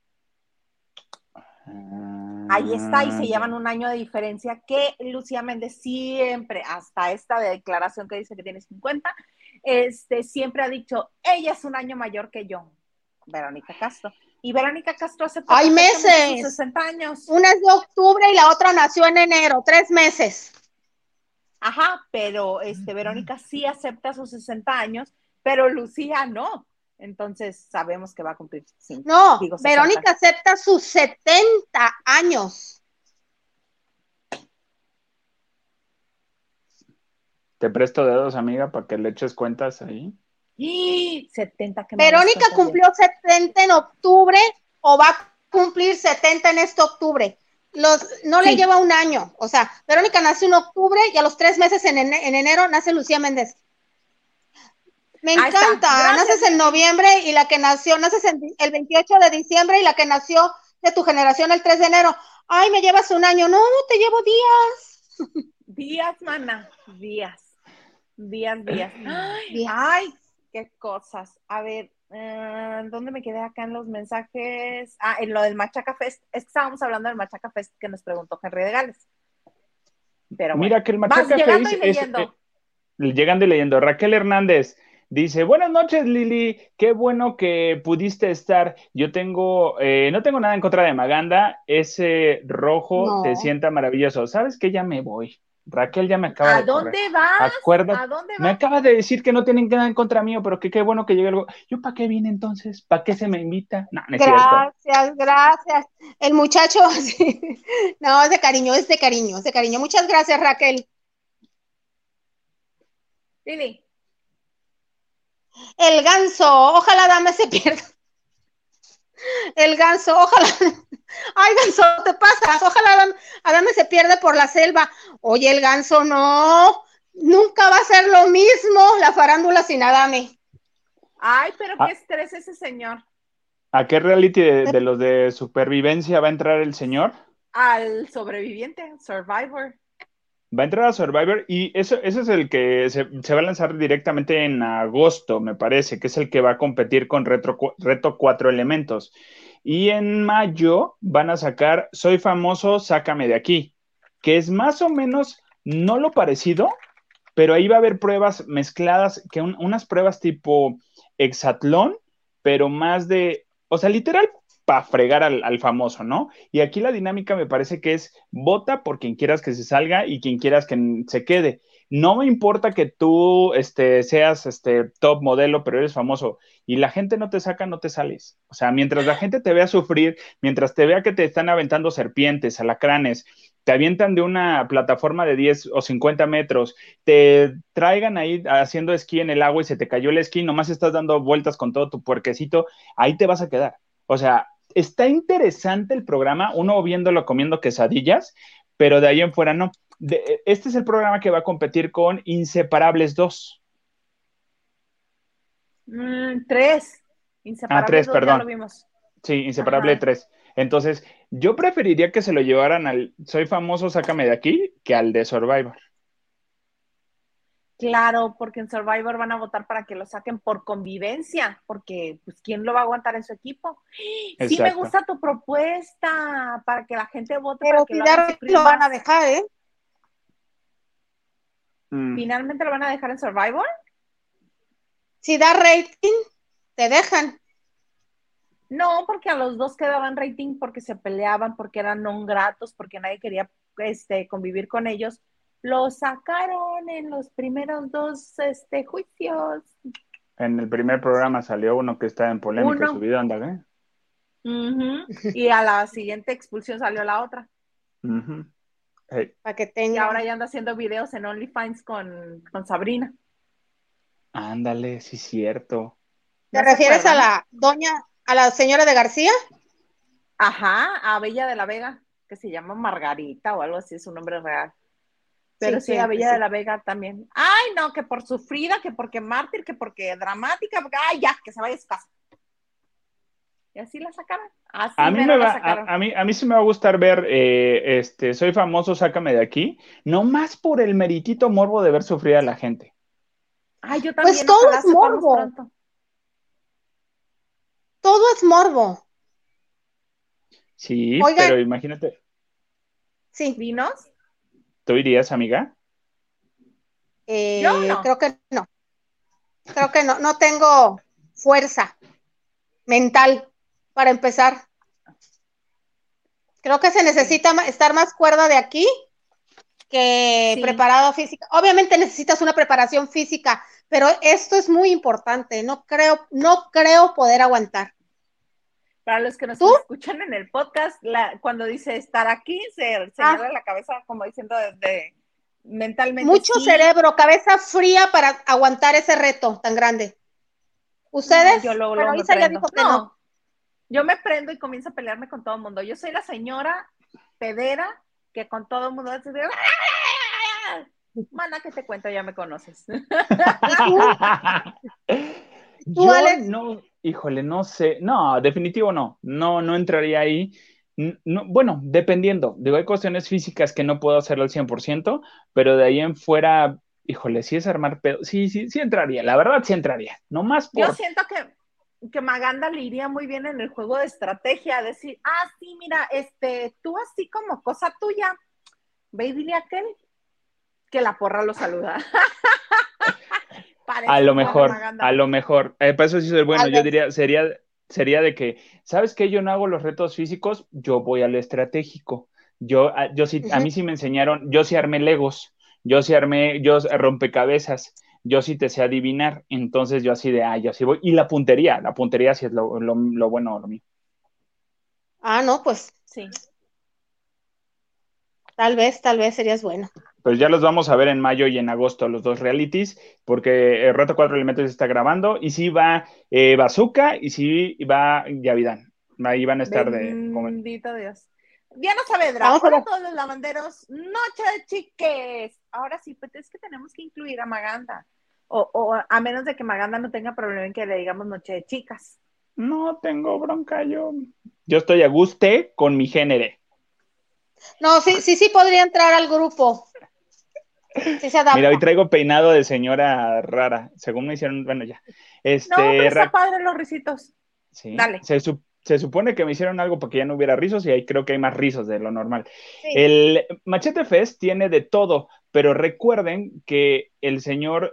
Ahí está, y se llevan un año de diferencia que Lucía Méndez siempre, hasta esta declaración que dice que tiene 50, siempre ha dicho, ella es un año mayor que yo, Verónica Castro. Y Verónica Castro hace poco ¡Hay meses! sus 60 años. Una es de octubre y la otra nació en enero, 3 meses. Ajá, pero Verónica sí acepta sus 60 años, pero Lucía no. Entonces sabemos que va a cumplir 5. No, Verónica acepta sus 70 años. Te presto dedos, amiga, para que le eches cuentas ahí. ¡Y! 70 que Verónica cumplió 70 en octubre o va a cumplir 70 en este octubre. No le lleva un año. O sea, Verónica nació en octubre y a los 3 meses en enero nace Lucía Méndez. Me encanta. Naces en noviembre y la que nació, naces el 28 de diciembre y la que nació de tu generación el 3 de enero. Ay, me llevas un año. No, te llevo días. Días, mana. Días. Ay, qué cosas. A ver, ¿dónde me quedé acá en los mensajes? Ah, en lo del Machaca Fest. Es que estábamos hablando del Machaca Fest que nos preguntó Henry de Gales. Pero mira bueno, que el Machaca Fest llegando y leyendo. Raquel Hernández dice, buenas noches, Lili, qué bueno que pudiste estar. Yo no tengo nada en contra de Maganda, ese rojo te sienta maravilloso. ¿Sabes qué? Ya me voy. Raquel ya me acaba de correr. ¿A dónde vas? Acuérdate, me acaba de decir que no tienen nada en contra mío, pero que qué bueno que llegue algo. ¿Yo para qué vine entonces? ¿Para qué se me invita? No, no es cierto. Gracias. El muchacho, sí. No, es de cariño. Muchas gracias, Raquel. Lili. El ganso, ojalá Adame se pierda. El ganso, ojalá. Ay, ganso, te pasas. Ojalá Adame se pierde por la selva. Oye, el ganso, no. Nunca va a ser lo mismo la farándula sin Adame. Ay, pero qué estrés ese señor. ¿A qué reality de los de supervivencia va a entrar el señor? Al sobreviviente, Survivor. Va a entrar a Survivor y ese es el que se va a lanzar directamente en agosto, me parece, que es el que va a competir con Reto 4 Elementos. Y en mayo van a sacar Soy Famoso, Sácame de Aquí, que es más o menos no lo parecido, pero ahí va a haber pruebas mezcladas, que unas pruebas tipo hexatlón, pero más de, o sea, literal, para fregar al famoso, ¿no? Y aquí la dinámica me parece que es vota por quien quieras que se salga y quien quieras que se quede. No me importa que tú seas top modelo, pero eres famoso y la gente no te saca, no te sales. O sea, mientras la gente te vea sufrir, mientras te vea que te están aventando serpientes, alacranes, te avientan de una plataforma de 10 o 50 metros, te traigan ahí haciendo esquí en el agua y se te cayó el esquí, nomás estás dando vueltas con todo tu puerquecito, ahí te vas a quedar. O sea, está interesante el programa, uno viéndolo comiendo quesadillas, pero de ahí en fuera no. Este es el programa que va a competir con Inseparables 2. 3. Inseparables 3, 2, ya lo perdón. vimos. Sí, Inseparable 3. Entonces, yo preferiría que se lo llevaran al Soy Famoso, Sácame de Aquí, que al de Survivor. Claro, porque en Survivor van a votar para que lo saquen por convivencia, porque pues ¿quién lo va a aguantar en su equipo? Sí me Exacto. gusta tu propuesta para que la gente vote Pero para que lo hagan sufrir lo van a más. dejar, ¿eh? ¿Finalmente lo van a dejar en Survivor? Si da rating, te dejan. No, porque a los dos quedaban rating porque se peleaban, porque eran non gratos, porque nadie quería convivir con ellos. Lo sacaron en los primeros 2 juicios. En el primer programa salió uno que está en polémica, Uno. subido, anda, ¿eh? Y a la siguiente expulsión salió la otra. Hey. Para que tengan. Y ahora ya anda haciendo videos en OnlyFans con Sabrina. Ándale, sí, cierto. ¿Te refieres a la a la señora de García? Ajá, a Bella de la Vega, que se llama Margarita o algo así, es su nombre real. Pero sí, a Bella de la Vega también. Ay, no, que por sufrida, que porque mártir, que porque dramática, porque, ay, ya, que se vaya a su casa. Y así la sacaron. Así a mí la sacaron. a mí sí me va a gustar ver Soy Famoso, Sácame de Aquí, no más por el meritito morbo de ver sufrir a la gente. Ay, yo también. Pues todo es morbo. Pronto. Todo es morbo. Sí, oigan, pero imagínate. Sí. ¿Vinos? ¿Tú irías, amiga? Yo no. Creo que no. Creo que no. No tengo fuerza mental para empezar. Creo que se necesita estar más cuerda de aquí que preparado física. Obviamente necesitas una preparación física, pero esto es muy importante. No creo poder aguantar. Para los que nos escuchan en el podcast, cuando dice estar aquí, se señala la cabeza como diciendo desde mentalmente. Mucho cerebro, cabeza fría para aguantar ese reto tan grande. ¿Ustedes? No, yo luego Isa ya dijo que no. Yo me prendo y comienzo a pelearme con todo el mundo. Yo soy la señora pedera que con todo el mundo dice, mana, que te cuento, ya me conoces. Yo no, híjole, no sé, no, definitivo no entraría ahí. No, bueno, dependiendo, digo, hay cuestiones físicas que no puedo hacerlo al 100%, pero de ahí en fuera, híjole, si es armar pedo, sí entraría, la verdad sí entraría, no más por... Yo siento que Maganda le iría muy bien en el juego de estrategia, decir, sí, mira, tú así como cosa tuya, ve y dile a aquel que la porra lo saluda. A lo mejor. Para eso sí soy bueno. Yo diría, sería de que, ¿sabes qué? Yo no hago los retos físicos, yo voy al estratégico. Yo sí, a mí sí me enseñaron, yo sí armé Legos, yo rompecabezas, yo sí te sé adivinar. Entonces yo así de, yo sí voy. Y la puntería sí es lo bueno, lo mío. No, pues. Sí. Tal vez serías bueno. Pues ya los vamos a ver en mayo y en agosto, los dos realities, porque el Reto Cuatro Elementos se está grabando, y sí va Bazooka y sí va Yavidán. Ahí van a estar de... Bendito Dios. Diana Saavedra, Vamos a hola ver. a todos los lavanderos, noche de chiques. Ahora sí, pues es que tenemos que incluir a Maganda. O a menos de que Maganda no tenga problema en que le digamos noche de chicas. No tengo bronca, yo estoy a guste con mi género. No, sí podría entrar al grupo. Sí se Mira, hoy adapta. traigo peinado de señora rara, según me hicieron, bueno, ya. No, pero está Ra- padre los risitos. sí, Dale. se supone que me hicieron algo para que ya no hubiera rizos y ahí creo que hay más rizos de lo normal. Sí. El Machete Fest tiene de todo, pero recuerden que el señor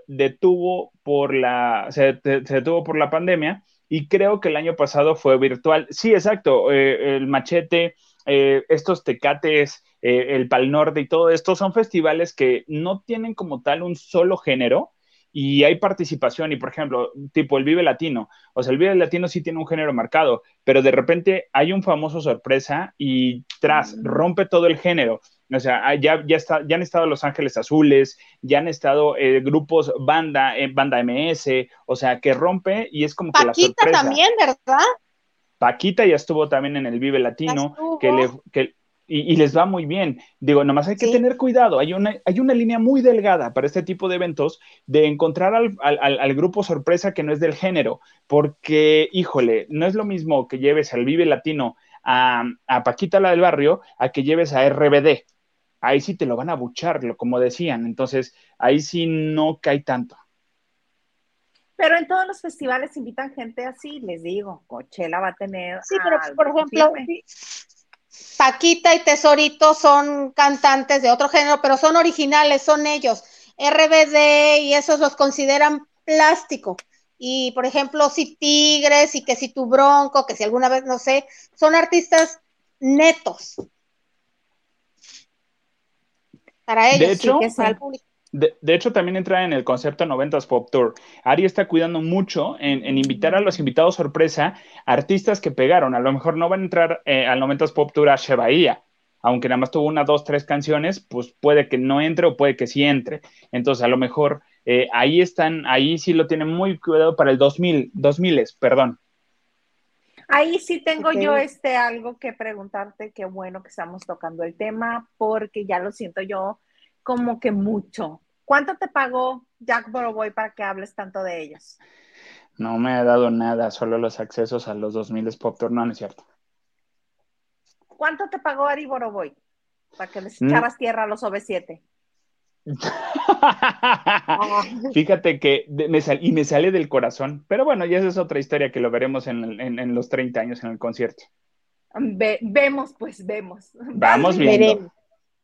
se detuvo por la pandemia y creo que el año pasado fue virtual. Sí, exacto, el Machete, estos tecates, el Pal Norte y todo esto son festivales que no tienen como tal un solo género y hay participación y por ejemplo, tipo el Vive Latino, o sea, el Vive Latino sí tiene un género marcado, pero de repente hay un famoso sorpresa y rompe todo el género. O sea, ya han estado Los Ángeles Azules, ya han estado grupos banda MS, o sea, que rompe y es como que la Paquita sorpresa. también, ¿verdad? Paquita ya estuvo también en el Vive Ya Latino, estuvo. y les va muy bien. Digo, nomás hay que Sí. tener cuidado. Hay una línea muy delgada para este tipo de eventos de encontrar al grupo sorpresa que no es del género, porque, híjole, no es lo mismo que lleves al Vive Latino a Paquita la del barrio a que lleves a RBD. Ahí sí te lo van a buchar, como decían. Entonces, ahí sí no cae tanto. Pero en todos los festivales invitan gente así, les digo, Coachella va a tener Sí, pero al por grupo ejemplo, firme. sí, Paquita y Tesorito son cantantes de otro género, pero son originales, son ellos. RBD y esos los consideran plástico. Y por ejemplo, si Tigres y que si tu Bronco, que si alguna vez, no sé, son artistas netos para De ellos, Sí que hecho, para el sí. público. de hecho, también entra en el concepto 90s Pop Tour. Ari está cuidando mucho en invitar a los invitados sorpresa artistas que pegaron. A lo mejor no van a entrar al 90s Pop Tour a Bahía, aunque nada más tuvo una, dos, tres canciones, pues puede que no entre o puede que sí entre. Entonces, a lo mejor ahí sí lo tienen muy cuidado para el 2000, perdón. Ahí sí tengo yo Okay. algo que preguntarte, qué bueno que estamos tocando el tema, porque ya lo siento yo como que mucho. ¿Cuánto te pagó Jack Boroboy para que hables tanto de ellos? No me ha dado nada, solo los accesos a los 2000 Pop Tour. No, no es cierto. ¿Cuánto te pagó Ari Boroboy para que les Mm. echaras tierra a los OV7? Fíjate que me sale del corazón, pero bueno, ya esa es otra historia que lo veremos en los 30 años en el concierto. Vemos, pues vemos. Vas, Vamos Lili. viendo. Veremos.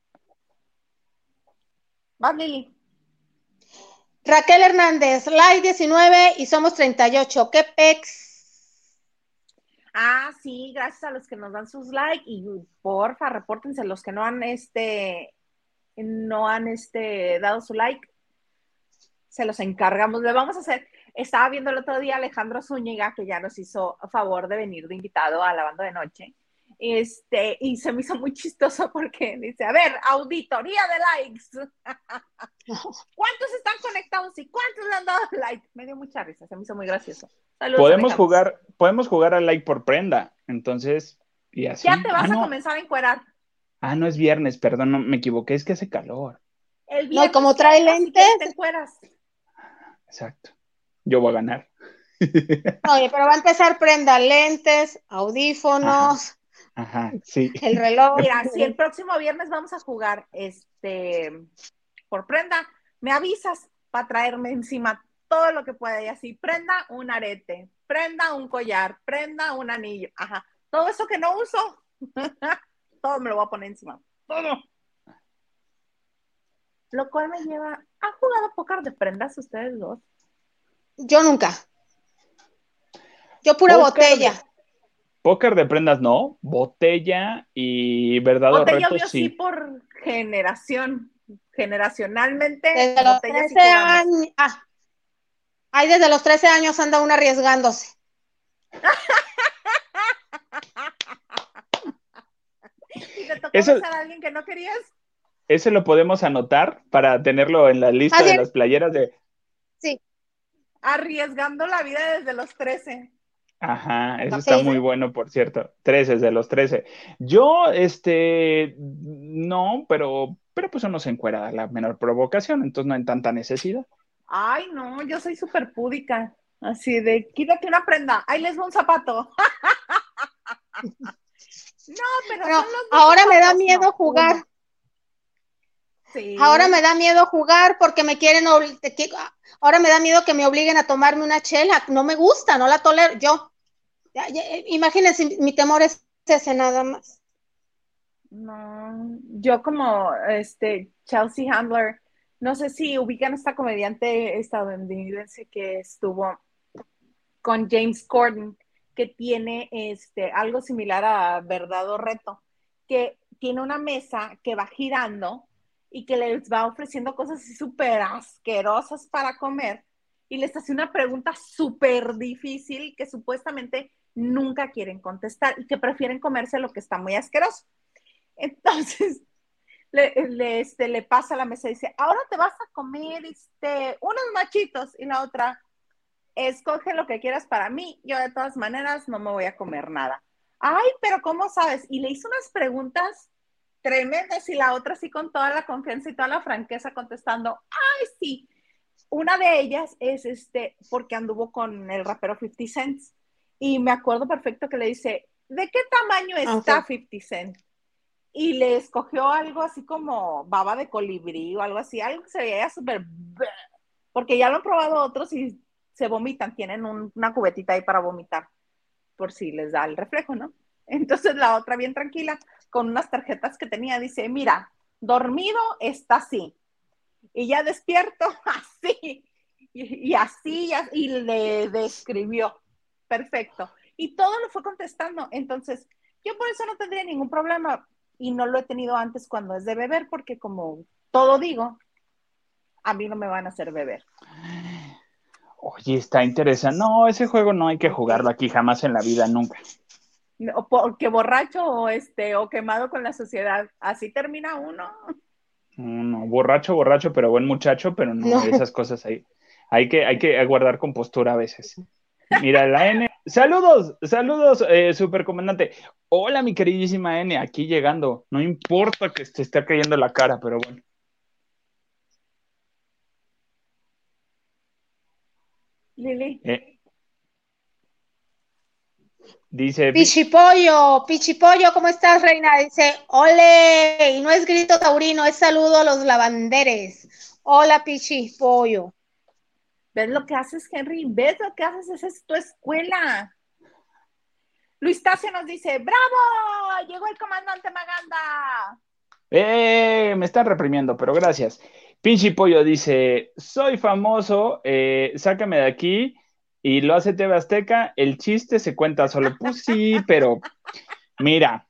Vas, Lili. Raquel Hernández, like 19 y somos 38. ¿Qué pex? Ah, sí, gracias a los que nos dan sus likes y porfa, repórtense los que no han dado su like. Se los encargamos. Le vamos a hacer. Estaba viendo el otro día Alejandro Zúñiga, que ya nos hizo favor de venir de invitado a Lavando de Noche. Y se me hizo muy chistoso porque dice, a ver, auditoría de likes. ¿Cuántos están conectados y cuántos le han dado like? Me dio mucha risa, se me hizo muy gracioso. Saludos, Alejandro. Podemos jugar al like por prenda, entonces, y Ya así. te vas a comenzar a encuerar. No es viernes, perdón, no, me equivoqué, es que hace calor. El No, y viernes como que trae entra, si quieres, te lentes. encueras. Exacto. Yo voy a ganar. Oye, pero va a empezar prenda, lentes, Ajá, audífonos, ajá, sí. el reloj. Mira, si el próximo viernes vamos a jugar por prenda, me avisas para traerme encima todo lo que pueda y así, prenda un arete, prenda un collar, prenda un anillo, ajá, todo eso que no uso, todo me lo voy a poner encima, todo. Lo cual me lleva, ¿han jugado póker de prendas ustedes dos? Yo nunca. Yo pura Póker de, botella. póker de prendas no, botella y verdad o Botella reto obvio sí sí. por generacionalmente, Desde los botella sí 13 jugamos. años. Ay, desde los 13 años anda uno arriesgándose. ¿Y te tocó Eso, besar a alguien que no querías? ese lo podemos anotar para tenerlo en la lista de las playeras de... Sí. Arriesgando la vida desde los 13. Ajá, eso ¿No? está ¿Sí? muy bueno, por cierto. 13 de los 13. Yo, no, pero pues uno se encuera a la menor provocación, entonces no hay tanta necesidad. Ay, no, yo soy súper púdica. Así de, quítate una prenda, ahí les va un zapato. No, pero Bueno, son los ahora me da zapatos, miedo no, jugar. uno. Sí. Ahora me da miedo jugar porque me quieren, ahora me da miedo que me obliguen a tomarme una chela. No me gusta, no la tolero. Yo, imagínense, mi temor es ese nada más. No, yo como Chelsea Handler, no sé si ubican esta comediante estadounidense que estuvo con James Corden, que tiene algo similar a Verdad o Reto, que tiene una mesa que va girando y que les va ofreciendo cosas así súper asquerosas para comer y les hace una pregunta súper difícil que supuestamente nunca quieren contestar y que prefieren comerse lo que está muy asqueroso. Entonces, le pasa a la mesa y dice, ahora te vas a comer unos machitos. Y la otra, escoge lo que quieras para mí, yo de todas maneras no me voy a comer nada. Ay, pero ¿cómo sabes? Y le hizo unas preguntas tremendas y la otra sí con toda la confianza y toda la franqueza contestando, ay, sí. Una de ellas es porque anduvo con el rapero 50 Cent. Y me acuerdo perfecto que le dice, ¿de qué tamaño está 50 Cent? Y le escogió algo así como baba de colibrí o algo así, algo que se veía súper... Porque ya lo han probado otros y se vomitan, tienen una cubetita ahí para vomitar, por si les da el reflejo, ¿no? Entonces la otra bien tranquila, con unas tarjetas que tenía, dice, mira, dormido está así, y ya despierto así, y así, y le describió, perfecto. Y todo lo fue contestando, entonces yo por eso no tendría ningún problema, y no lo he tenido antes cuando es de beber, porque como todo digo, a mí no me van a hacer beber. Oye, está interesante. No, ese juego no hay que jugarlo aquí jamás en la vida, nunca. O porque borracho o quemado con la sociedad. Así termina uno. No, borracho, borracho, pero buen muchacho, pero no, esas cosas ahí. Hay que guardar compostura a veces. Mira, la N. Saludos, saludos, supercomandante. Hola, mi queridísima N, aquí llegando. No importa que te esté cayendo la cara, pero bueno. Lili. Dice Pichipollo, ¿cómo estás, reina? Dice, ole, y no es grito taurino, es saludo a los lavanderes. Hola, Pichipollo. ¿Ves lo que haces, Henry? ¿Ves lo que haces? Esa es tu escuela. Luis Tacio nos dice, ¡bravo! Llegó el comandante Maganda. Me están reprimiendo, pero gracias. Pinche Pollo dice, soy famoso, sácame de aquí, y lo hace TV Azteca, el chiste se cuenta solo. Pues sí, pero mira,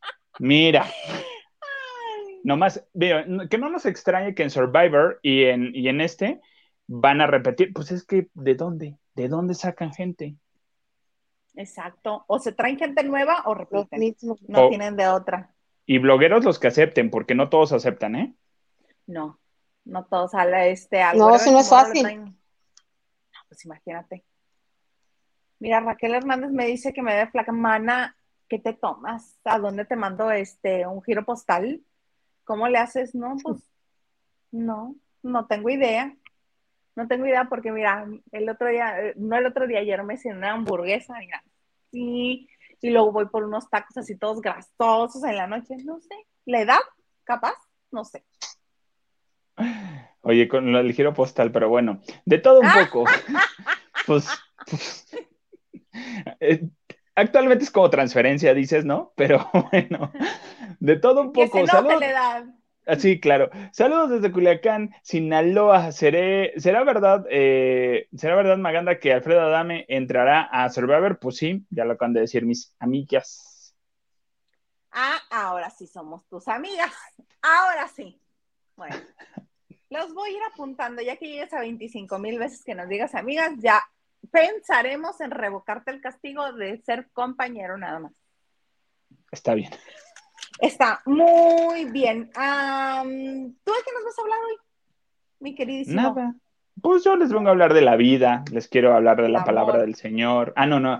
nomás, veo, que no nos extrañe que en Survivor y en van a repetir, pues es que, ¿de dónde? ¿De dónde sacan gente? Exacto. O se traen gente nueva o repiten. No O, tienen de otra. y blogueros los que acepten, porque no todos aceptan, ¿eh? No, no todos. Al No, güero eso de no es Tomorrow le fácil. traen. No, pues imagínate. Mira, Raquel Hernández me dice que me dé flaca. Mana, ¿qué te tomas? ¿A dónde te mando un giro postal? ¿Cómo le haces? No, pues no, no tengo idea. No tengo idea porque, mira, el otro día, no el otro día, ayer me hice una hamburguesa, mira, y luego voy por unos tacos así todos grasosos en la noche, no sé, ¿la edad? ¿Capaz? No sé. Oye, con el giro postal, pero bueno, de todo un poco. pues, eh, actualmente es como transferencia, dices, ¿no? Pero bueno, de todo un Que se poco. note la Saludos. edad. Sí, claro. Saludos desde Culiacán, Sinaloa. ¿Será verdad, Maganda, que Alfredo Adame entrará a Survivor? Pues sí, ya lo acaban de decir mis amigas. Ah, ahora sí somos tus amigas. Ahora sí. Bueno, los voy a ir apuntando, ya que llegues a 25,000 veces que nos digas amigas, ya pensaremos en revocarte el castigo de ser compañero nada más. Está bien. Está muy bien. ¿Tú de qué nos vas a hablar hoy, mi queridísimo? Nada. Pues yo les vengo a hablar de la vida, les quiero hablar de El la palabra amor. del Señor. No.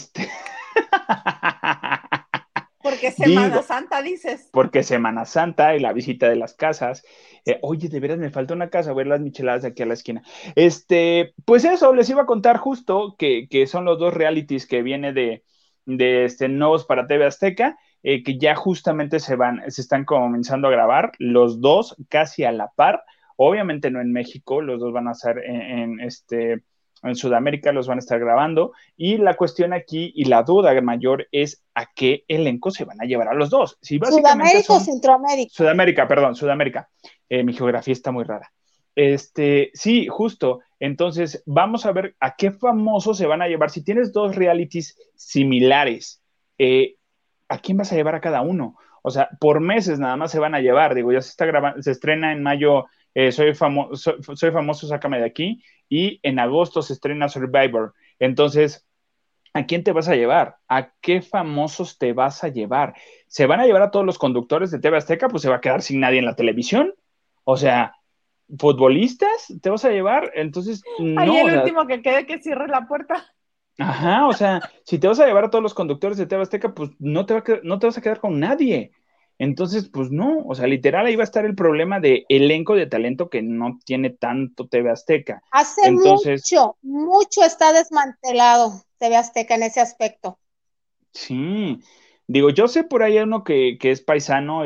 Porque Semana Digo, Santa dices. porque Semana Santa y la visita de las casas. Oye, de veras me falta una casa, voy a ver las micheladas de aquí a la esquina. Pues eso, les iba a contar justo que son los dos realities que viene de nuevos para TV Azteca, que ya justamente se están comenzando a grabar, los dos casi a la par. Obviamente no en México, los dos van a ser en Sudamérica, los van a estar grabando. Y la cuestión aquí y la duda mayor es a qué elenco se van a llevar a los dos. Si básicamente ¿Sudamérica o son Centroamérica? Sudamérica, perdón, Sudamérica. Mi geografía está muy rara. Sí, justo. Entonces, vamos a ver a qué famosos se van a llevar. Si tienes dos realities similares, ¿a quién vas a llevar a cada uno? O sea, por meses nada más se van a llevar. Digo, ya se está grabando, se estrena en mayo soy famoso, sácame de aquí. Y en agosto se estrena Survivor. Entonces, ¿a quién te vas a llevar? ¿A qué famosos te vas a llevar? ¿Se van a llevar a todos los conductores de TV Azteca? Pues se va a quedar sin nadie en la televisión. O sea, ¿futbolistas te vas a llevar? Entonces, Ahí no, o el sea, último que quede que cierre la puerta. ajá, o sea, si te vas a llevar a todos los conductores de TV Azteca, pues no te vas a quedar con nadie. Entonces, pues no, o sea, literal ahí va a estar el problema de elenco de talento que no tiene tanto TV Azteca. Hace Entonces, mucho está desmantelado TV Azteca en ese aspecto. sí, digo, yo sé por ahí uno que es paisano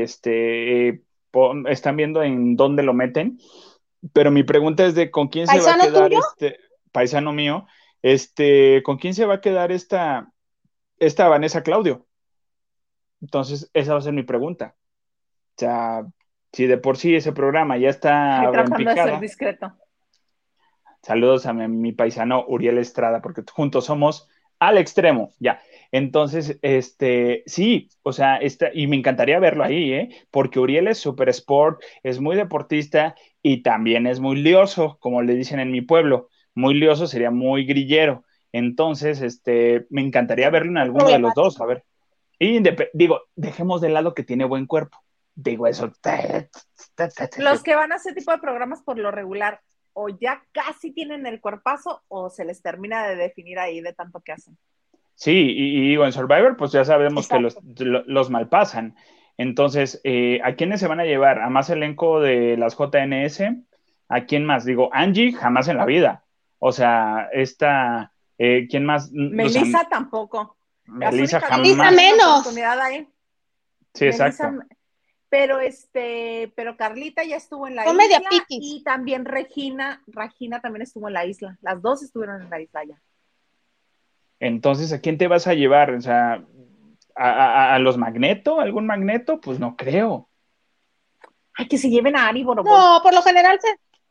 están viendo en dónde lo meten, pero mi pregunta es de con quién se va a ¿Paisano quedar tuyo? este paisano mío, con quién se va a quedar esta Vanessa Claudio. Entonces, esa va a ser mi pregunta. O sea, si de por sí ese programa ya está Ahí en tratando de ser picada, discreto. saludos a mi paisano Uriel Estrada, porque juntos somos al extremo, ya. Entonces, sí, o sea, y me encantaría verlo ahí, ¿eh? Porque Uriel es super sport, es muy deportista y también es muy lioso, como le dicen en mi pueblo. Muy lioso sería muy grillero. Entonces, me encantaría verlo en alguno de los dos, a Problemático. ver. Y digo, dejemos de lado que tiene buen cuerpo. Digo, eso. Los que van a ese tipo de programas por lo regular o ya casi tienen el cuerpazo o se les termina de definir ahí de tanto que hacen. Sí, y digo, en Survivor, pues ya sabemos que Exacto. los malpasan. Entonces, ¿a quiénes se van a llevar? ¿A más elenco de las JNS? ¿A quién más? Digo, Angie, jamás en la vida. O sea, ¿quién más? O sea, Melissa tampoco. Las Melissa únicas dos que Melissa jamás. tienen menos. oportunidad ahí. Sí, Melissa, exacto. pero Carlita ya estuvo en la Son media isla piquis. y también Regina también estuvo en la isla. Las dos estuvieron en la isla ya. Entonces, ¿a quién te vas a llevar? O sea, ¿a los Magneto? ¿Algún Magneto? Pues no creo. Ay, que se lleven a Ari Boroboy. No, por lo general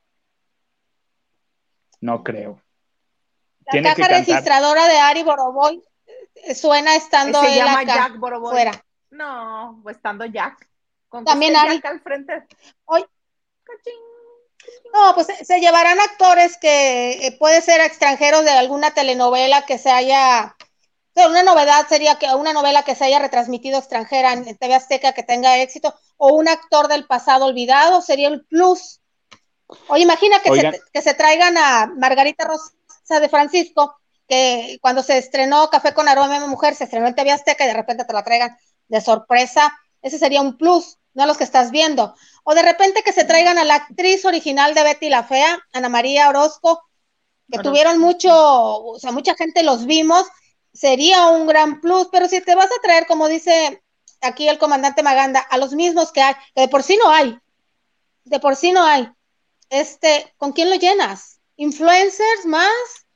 No creo. la Tiene que caja cantar. registradora de Ari Boroboy suena estando Se él llama acá, Jack Boroboy. fuera. No, pues estando Jack. Con que También esté Ari. Jack al frente. Hoy, ¡Cachín! no, pues se llevarán actores que puede ser extranjeros de alguna telenovela que se haya. Una novedad sería que una novela que se haya retransmitido extranjera en TV Azteca que tenga éxito, o un actor del pasado olvidado, sería el plus. Oye, imagina Oigan, que se traigan a Margarita Rosa de Francisco, que cuando se estrenó Café con Aroma de Mujer, se estrenó en TV Azteca y de repente te la traigan de sorpresa. Ese sería un plus, no los que estás viendo. O de repente que se traigan a la actriz original de Betty la Fea, Ana María Orozco, que tuvieron mucho, o sea, mucha gente los vimos, sería un gran plus, pero si te vas a traer, como dice aquí el comandante Maganda, a los mismos que hay, que de por sí no hay, de por sí no hay, ¿con quién lo llenas? ¿Influencers más?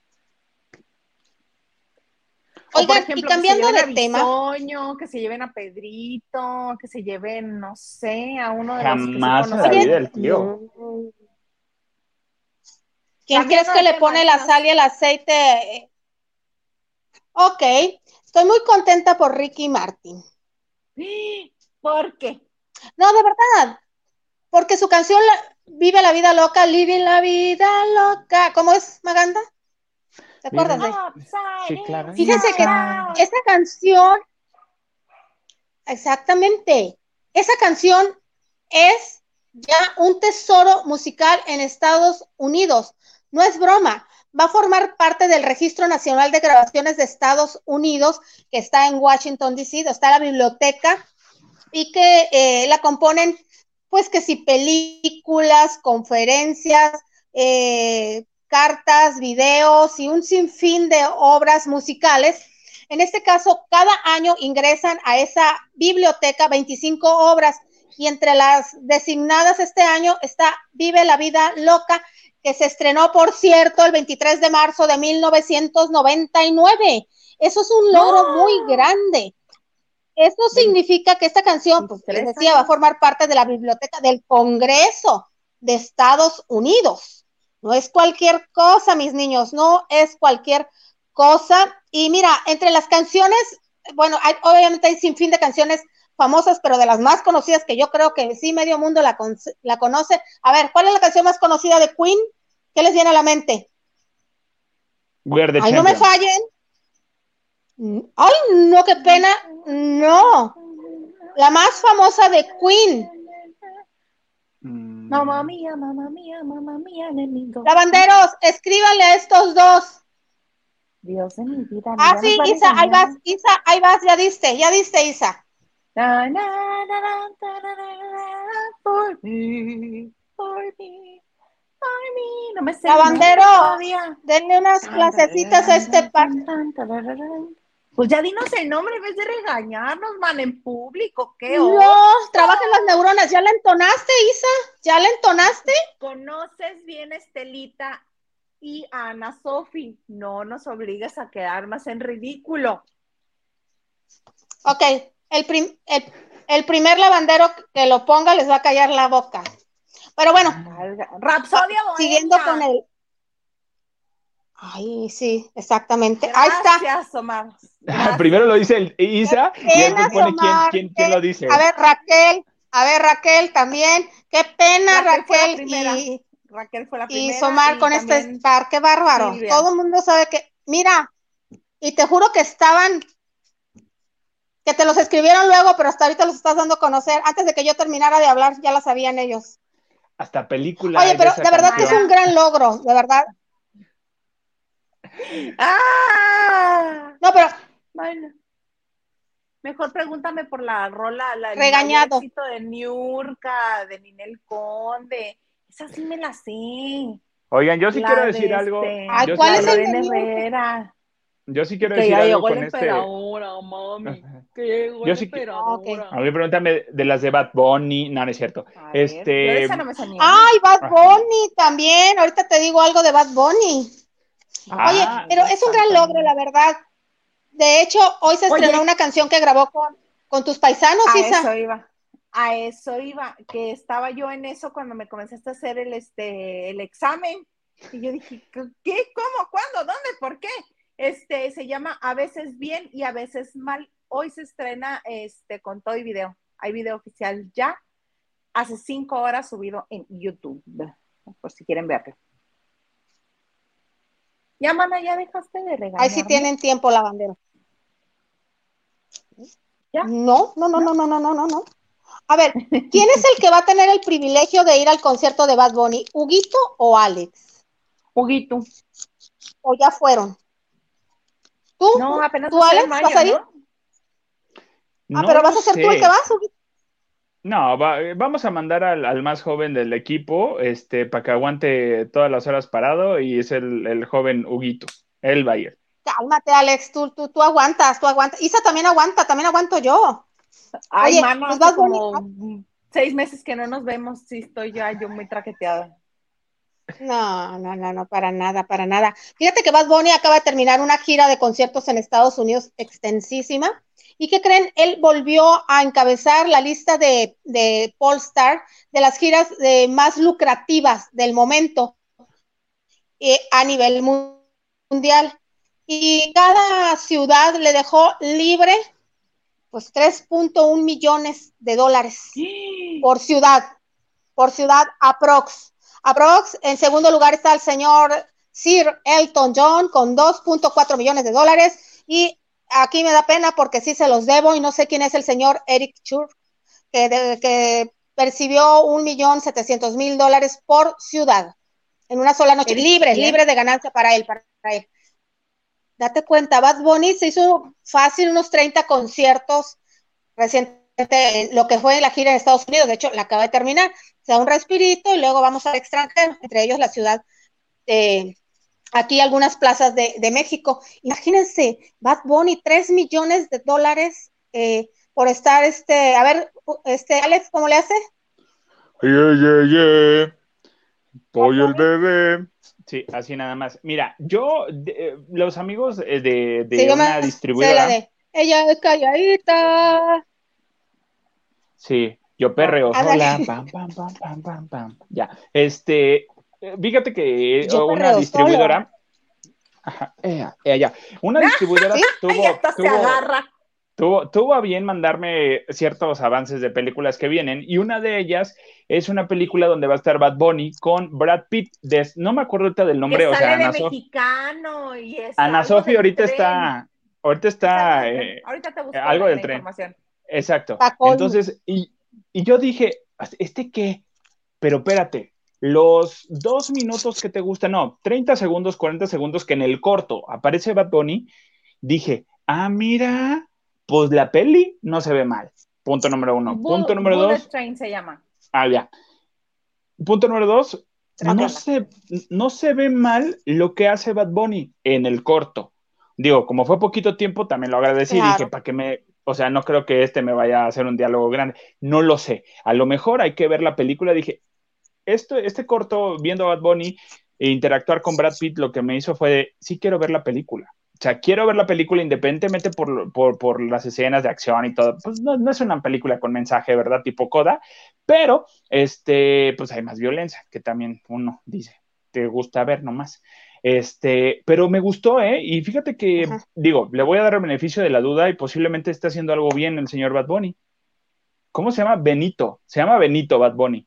O por Oigan, y ejemplo, que se cambiando lleven de a tema, Bisoño, que se lleven a Pedrito, que se lleven, no sé, a uno de los que sí jamás en la oye, vida conocemos. el tío. ¿quién crees Cambiando de que le tema, pone la dinos. sal y el aceite? Ok, estoy muy contenta por Ricky Martin. ¿Por qué? No, de verdad, porque su canción Vive la vida loca, living la vida loca. ¿Cómo es, Maganda? ¿Te acuerdas Vive. de? Upside Sí, claro. Fíjense que inside out. esa canción, Exactamente. Esa canción es ya un tesoro musical en Estados Unidos. No es broma. Va a formar parte del Registro Nacional de Grabaciones de Estados Unidos, que está en Washington, D.C., está la biblioteca, y que la componen, pues que si películas, conferencias, cartas, videos y un sinfín de obras musicales. En este caso, cada año ingresan a esa biblioteca 25 obras, y entre las designadas este año está Vive la Vida Loca, que se estrenó, por cierto, el 23 de marzo de 1999. Eso es un logro muy grande. Eso significa que esta canción, pues les decía, va a formar parte de la biblioteca del Congreso de Estados Unidos. No es cualquier cosa, mis niños, no es cualquier cosa. Y mira, entre las canciones, bueno, obviamente hay sin fin de canciones famosas, pero de las más conocidas, que yo creo que sí medio mundo la conoce. A ver, ¿cuál es la canción más conocida de Queen? ¿Qué les viene a la mente? Ay, no me fallen. Ay, no, qué pena. No. La más famosa de Queen. Mamá mía, mamá mía, mamá mía, enemigo. Lavanderos, escríbanle a estos dos. Dios de mi vida. Ah, sí, Isa, ahí vas, ya diste, Isa. Por mí, por mí, por mí. No me sé. Lavanderos, denle unas clasecitas a este par. Pues ya dinos el nombre en vez de regañarnos, man, en público. ¿Qué? No, trabajen las neuronas. ¿Ya la entonaste, Isa? ¿Ya la entonaste? Conoces bien, Estelita y Ana Sofi. No nos obligues a quedar más en ridículo. Ok, el primer lavandero que lo ponga les va a callar la boca. Pero bueno, Rapsodia Bohemia. Siguiendo con el... Ay, sí, exactamente. Gracias, ahí está. Omar. Primero lo dice Isa y después pone quién lo dice. A ver, Raquel también. Qué pena, Raquel fue la primera. Y Somar con este par, qué bárbaro. Silvia. Todo el mundo sabe que, mira, y te juro que te los escribieron luego, pero hasta ahorita los estás dando a conocer. Antes de que yo terminara de hablar, ya la sabían ellos. Hasta película. Oye, pero de verdad que es un gran logro, de verdad. No, pero bueno, mejor pregúntame por la rola, regañado. El éxito de Niurka, de Ninel Conde. Esa sí me la sé. Oigan, yo sí quiero decir algo. Ay, ¿cuál es el de Niurka? Yo sí quiero decir algo con mami. Yo sí a mí pregúntame de las de Bad Bunny. No, no es cierto. Esa no me Ay, Bad Bunny también. Ahorita te digo algo de Bad Bunny. Oye, pero es un gran logro, la verdad. De hecho, hoy se estrenó una canción que grabó con tus paisanos, Isa. A eso iba, que estaba yo en eso cuando me comenzaste a hacer el examen. Y yo dije, ¿qué? ¿Cómo? ¿Cuándo? ¿Dónde? ¿Por qué? Se llama A veces bien y a veces mal. Hoy se estrena con todo y video. Hay video oficial ya. Hace 5 horas subido en YouTube. Por si quieren verlo. Ya, mana, ya dejaste de regañarme. Ahí sí tienen tiempo, lavandero. ¿Ya? No. A ver, ¿quién es el que va a tener el privilegio de ir al concierto de Bad Bunny? ¿Huguito o Alex? Huguito. ¿O ya fueron? ¿Tú? No, apenas ¿Tú, Alex, vas a ir? ¿No? Pero vas a ser tú el que vas, Huguito. No, vamos a mandar al más joven del equipo, para que aguante todas las horas parado, y es el joven Huguito. Él va a ir. Cálmate, Alex, tú aguantas. Isa también aguanto yo. Ay, oye, mano, hace como 6 meses que no nos vemos, sí estoy yo muy traqueteada. No, para nada. Fíjate que Bad Bunny acaba de terminar una gira de conciertos en Estados Unidos extensísima. ¿Y qué creen? Él volvió a encabezar la lista de Pollstar de las giras más lucrativas del momento a nivel mundial. Y cada ciudad le dejó libre pues $3.1 millones por ciudad aprox. En segundo lugar está el señor Sir Elton John con $2.4 millones y aquí me da pena porque sí se los debo y no sé quién es el señor Eric Chur, que percibió $1,700,000 por ciudad en una sola noche, libre de ganancia para él. Date cuenta, Bad Bunny se hizo fácil unos 30 conciertos recientemente, lo que fue la gira en Estados Unidos, de hecho la acaba de terminar, se da un respirito y luego vamos al extranjero, entre ellos la ciudad de aquí algunas plazas de México. Imagínense, Bad Bunny, $3,000,000 por estar, a ver, Alex, ¿cómo le hace? Pollo el bebé. Sí, así nada más. Mira, los amigos Sí, de yo una me sé la distribuidora. de ella es calladita. Sí, yo perreo Ándale. sola, pam, pam, pam, pam, pam, pam. Ya, fíjate que Yo una perreo solo. distribuidora, ajá, ya, una distribuidora ¿Sí? Ay, hasta se agarra. tuvo a bien mandarme ciertos avances de películas que vienen, y una de ellas es una película donde va a estar Bad Bunny con Brad Pitt, no me acuerdo ahorita del Que nombre, o sea, sale de mexicano y Ana algo Sofi del tren. ahorita Es algo está del tren. Ahorita te busco algo del la tren. información. Exacto. Pacol. Entonces, y yo dije, ¿este qué? Pero espérate, los 2 minutos que te gustan, no, 30 segundos, 40 segundos que en el corto aparece Bad Bunny, dije, mira, pues la peli no se ve mal. Punto número uno. Punto número Bullet dos, Train se llama. ya. Punto número dos, no Trácala. se, no se ve mal lo que hace Bad Bunny en el corto. Digo, como fue poquito tiempo, también lo agradecí. Dije, Claro. para que o sea, no creo que me vaya a hacer un diálogo grande. No lo sé. A lo mejor hay que ver la película. Dije, este corto, viendo a Bad Bunny e interactuar con Brad Pitt, lo que me hizo fue sí quiero ver la película. O sea, quiero ver la película independientemente por las escenas de acción y todo. Pues no es una película con mensaje, ¿verdad? Tipo Coda, pero pues hay más violencia, que también uno dice, te gusta ver nomás. Pero me gustó, ¿eh? Y fíjate que, Ajá. digo, le voy a dar el beneficio de la duda y posiblemente esté haciendo algo bien el señor Bad Bunny. ¿Cómo se llama? Benito. Se llama Benito Bad Bunny.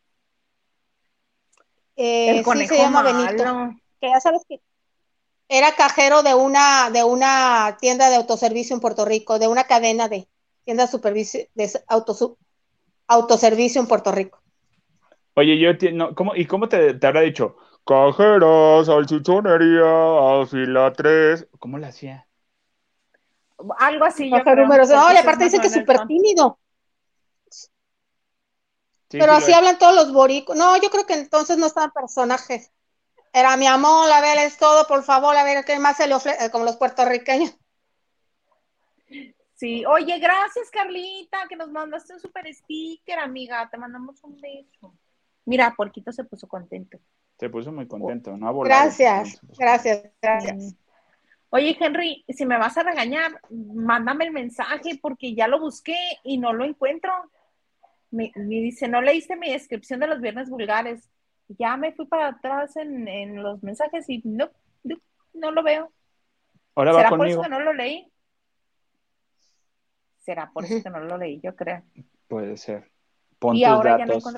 El Sí, se conejo llama Benito. malo. Que ya sabes que era cajero de una tienda de autoservicio en Puerto Rico, de una cadena de tiendas de autoservicio en Puerto Rico. Oye, no, ¿cómo te habrá dicho? Cajera, salchichonería, a fila 3. ¿Cómo le hacía? Algo así yo Cajero creo, número. No, porque y ese es aparte más o dicen que es menos el súper son. tímido. Sí, Pero sí lo así es. hablan todos los boricos. No, yo creo que entonces no estaban personajes. Era mi amor, a ver, es todo, por favor, a ver qué más se le ofrece, como los puertorriqueños. Sí, oye, gracias Carlita, que nos mandaste un super sticker, amiga. Te mandamos un beso. Mira, Porquito se puso contento. Se puso muy contento, no ha volado, pero bueno, Gracias, se puso contento. gracias, gracias. Sí. Oye, Henry, si me vas a regañar, mándame el mensaje porque ya lo busqué y no lo encuentro. Me dice, no leíste mi descripción de los viernes vulgares. Ya me fui para atrás en los mensajes y no lo veo. Ahora va ¿Será por eso que conmigo. no lo leí? Será por eso que no lo leí, yo creo. Puede ser. Pon Y tus ahora ya no datos. encuentro.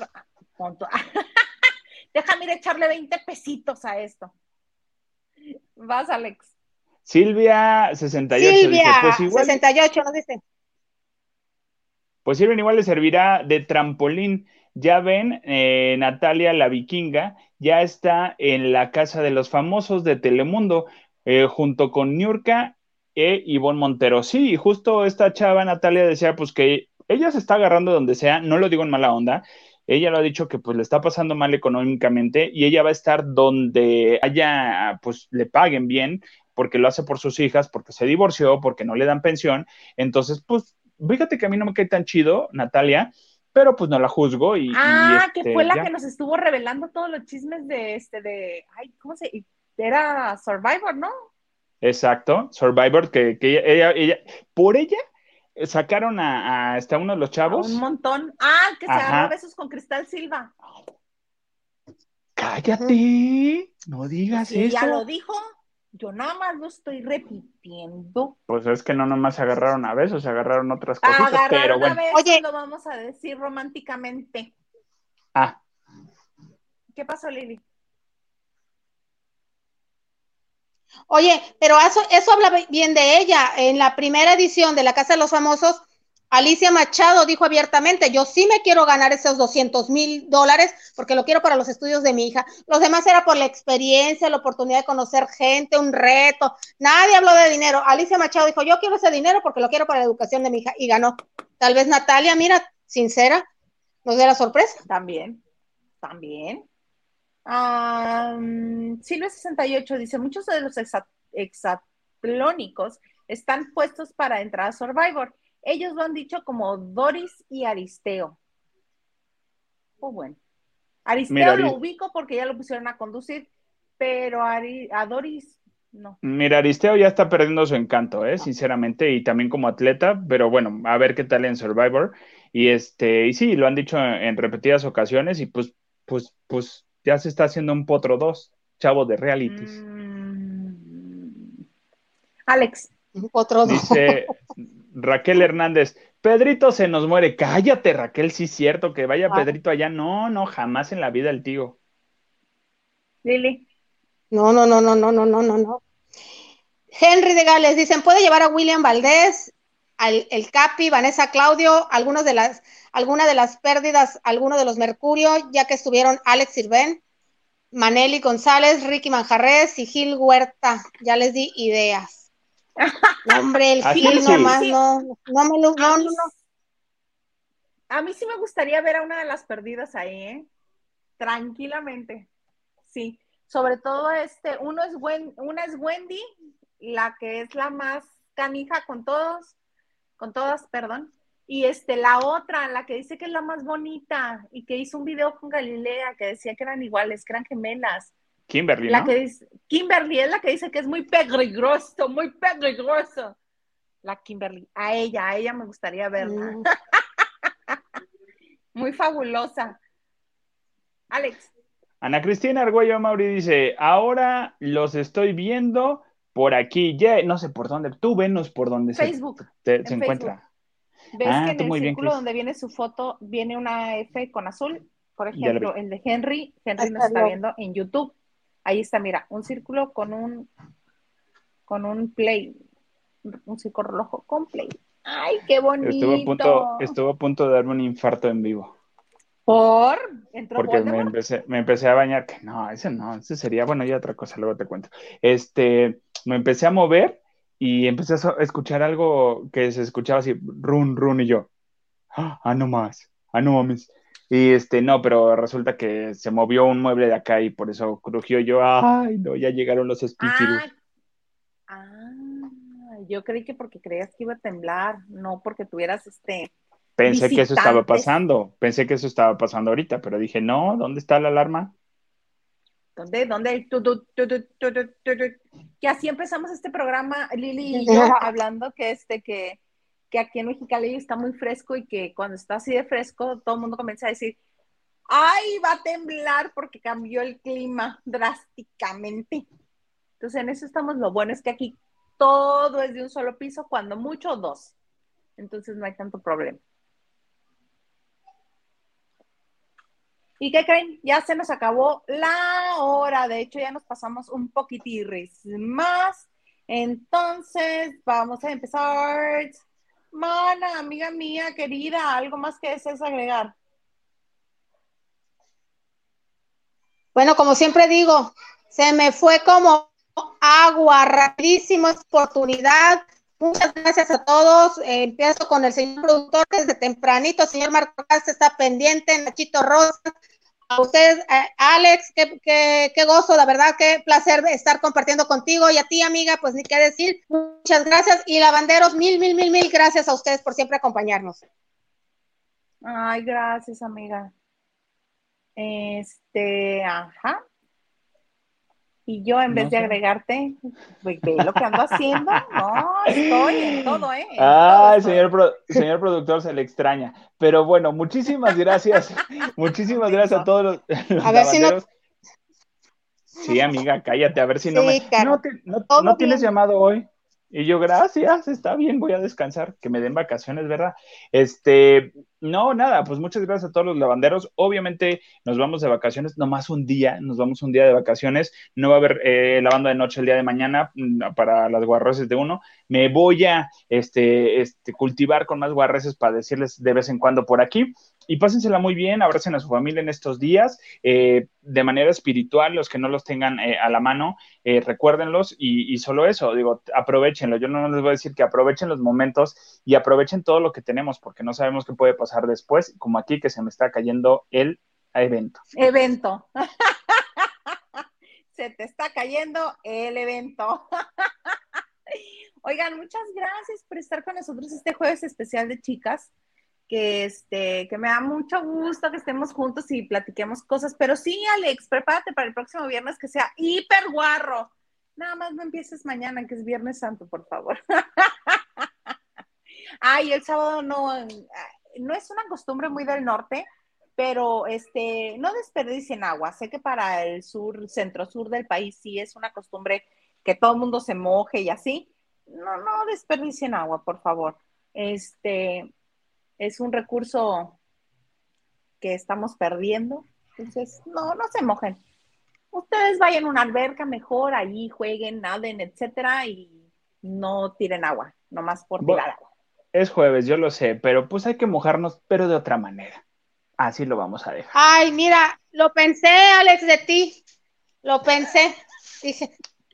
Déjame ir a echarle 20 pesitos a esto. Vas, Alex. Silvia68 dice, Silvia, 68, nos dice. pues sirven igual le servirá de trampolín. Ya ven, Natalia la Vikinga ya está en la casa de los famosos de Telemundo, junto con Niurka e Ivonne Montero. Sí, justo esta chava Natalia decía pues que ella se está agarrando donde sea, no lo digo en mala onda, ella lo ha dicho que pues le está pasando mal económicamente y ella va a estar donde haya, pues le paguen bien, porque lo hace por sus hijas, porque se divorció, porque no le dan pensión, entonces pues fíjate que a mí no me cae tan chido, Natalia, pero pues no la juzgo Que fue la que ya. nos estuvo revelando todos los chismes ay, ¿cómo se? Era Survivor, ¿no? Exacto, Survivor, que por ella sacaron a hasta uno de los A un chavos. montón. Que se agarró a Ajá, besos con Cristal Silva. cállate, no Pues digas si ella lo eso. dijo, yo nada más lo estoy repitiendo. Pues es que no nomás se agarraron a besos, se agarraron otras cositas, pero Agarraron a bueno. besos, Oye, lo vamos a decir románticamente. Ah, ¿Qué pasó, Lili? Oye, pero eso habla bien de ella. En la primera edición de La Casa de los Famosos, Alicia Machado dijo abiertamente, yo sí me quiero ganar esos $200,000 porque lo quiero para los estudios de mi hija. Los demás era por la experiencia, la oportunidad de conocer gente, un reto. Nadie habló de dinero. Alicia Machado dijo, yo quiero ese dinero porque lo quiero para la educación de mi hija y ganó. Tal vez Natalia, mira, sincera, nos dé la sorpresa. También. Silvia 68 dice, muchos de los exatlónicos están puestos para entrar a Survivor. Ellos lo han dicho como Doris y Aristeo. Oh, bueno. Aristeo Mira, lo ubico porque ya lo pusieron a conducir, pero a Doris no. Mira, Aristeo ya está perdiendo su encanto, sinceramente, y también como atleta, pero bueno, a ver qué tal en Survivor. Y sí, lo han dicho en repetidas ocasiones, y pues ya se está haciendo un potro 2, chavo de realities. Alex. Otro Dice Raquel Hernández, Pedrito se nos muere. Cállate, Raquel, sí es cierto, que vaya Pedrito allá. No, jamás en la vida el tío. Lili. No. Henry de Gales, dicen, ¿puede llevar a William Valdés, el Capi, Vanessa Claudio, alguna de las pérdidas, alguno de los Mercurio, ya que estuvieron Alex Sirven, Maneli González, Ricky Manjarres y Gil Huerta? Ya les di ideas. No, hombre, el Gil nomás, sí. No. A mí sí me gustaría ver a una de las perdidas ahí, tranquilamente. Sí, sobre todo una es Wendy, la que es la más canija con todas, perdón, y la otra, la que dice que es la más bonita y que hizo un video con Galilea que decía que eran iguales, que eran gemelas. Kimberly, la ¿no? Que dice, Kimberly es la que dice que es muy peligroso. La Kimberly, a ella me gustaría verla. Muy fabulosa. Alex. Ana Cristina Argüello Mauri dice, ahora los estoy viendo por aquí, no sé por dónde, tú venos por donde Facebook, se encuentra. ¿Ves que en el círculo donde viene su foto viene una F con azul? Por ejemplo, el de Henry nos está viendo en YouTube. Ahí está, mira, un círculo con un play, un círculo rojo con play. ¡Ay, qué bonito! Estuvo a punto de darme un infarto en vivo. Porque me empecé a bañar, que no, ese sería, bueno, ya otra cosa, luego te cuento. Me empecé a mover y empecé a escuchar algo que se escuchaba así, run, y yo, no mames. Y no, pero resulta que se movió un mueble de acá y por eso crujió yo, no, ya llegaron los espíritus. Yo creí que porque creías que iba a temblar, no porque tuvieras Pensé que eso estaba pasando ahorita, pero dije, no, ¿dónde está la alarma? ¿Dónde? Que así empezamos este programa, Lili y yo, hablando que aquí en Mexicali está muy fresco y que cuando está así de fresco, todo el mundo comienza a decir, ¡ay, va a temblar porque cambió el clima drásticamente! Entonces, en eso estamos. Lo bueno es que aquí todo es de un solo piso, cuando mucho, dos. Entonces, no hay tanto problema. ¿Y qué creen? Ya se nos acabó la hora. De hecho, ya nos pasamos un poquitirris más. Entonces, vamos a empezar. Mana, amiga mía, querida, ¿algo más que desees agregar? Bueno, como siempre digo, se me fue como agua, rapidísima oportunidad. Muchas gracias a todos. Empiezo con el señor productor desde tempranito. Señor Marco Castro está pendiente, Nachito Rosa. A ustedes, Alex, qué gozo, la verdad, qué placer estar compartiendo contigo. Y a ti, amiga, pues ni qué decir. Muchas gracias. Y lavanderos, mil gracias a ustedes por siempre acompañarnos. Ay, gracias, amiga. Ajá. Y yo, en vez de agregarte, pues, ve lo que ando haciendo. No, estoy en todo, Señor productor, se le extraña. Pero bueno, muchísimas gracias. Muchísimas gracias a todos los a ver lavanderos. Sí, amiga, cállate, a ver si no tienes llamado hoy. Y yo, gracias, está bien, voy a descansar, que me den vacaciones, ¿verdad? No, nada, pues muchas gracias a todos los lavanderos. Obviamente nos vamos de vacaciones, nomás un día, nos vamos un día de vacaciones. No va a haber lavando de noche el día de mañana para las guarreces de uno. Me voy a cultivar con más guarreces para decirles de vez en cuando por aquí. Y pásensela muy bien, abracen a su familia en estos días, de manera espiritual, los que no los tengan a la mano, recuérdenlos y solo eso, digo, aprovechenlo. Yo no les voy a decir que aprovechen los momentos y aprovechen todo lo que tenemos, porque no sabemos qué puede pasar después, como aquí que se me está cayendo el evento. Evento. Se te está cayendo el evento. Oigan, muchas gracias por estar con nosotros este jueves especial de chicas, que me da mucho gusto que estemos juntos y platiquemos cosas, pero sí, Alex, prepárate para el próximo viernes que sea hiper guarro. Nada más no empieces mañana, que es Viernes Santo, por favor. Ay, el sábado no es una costumbre muy del norte, pero no desperdicien agua. Sé que para el sur, centro-sur del país sí es una costumbre que todo el mundo se moje y así. No desperdicien agua, por favor. Es un recurso que estamos perdiendo. Entonces, no se mojen. Ustedes vayan a una alberca mejor, ahí jueguen, naden, etcétera, y no tiren agua, nomás por tirar agua. Es jueves, yo lo sé, pero pues hay que mojarnos, pero de otra manera. Así lo vamos a dejar. Ay, mira, lo pensé, Alex, de ti. Lo pensé. Dije,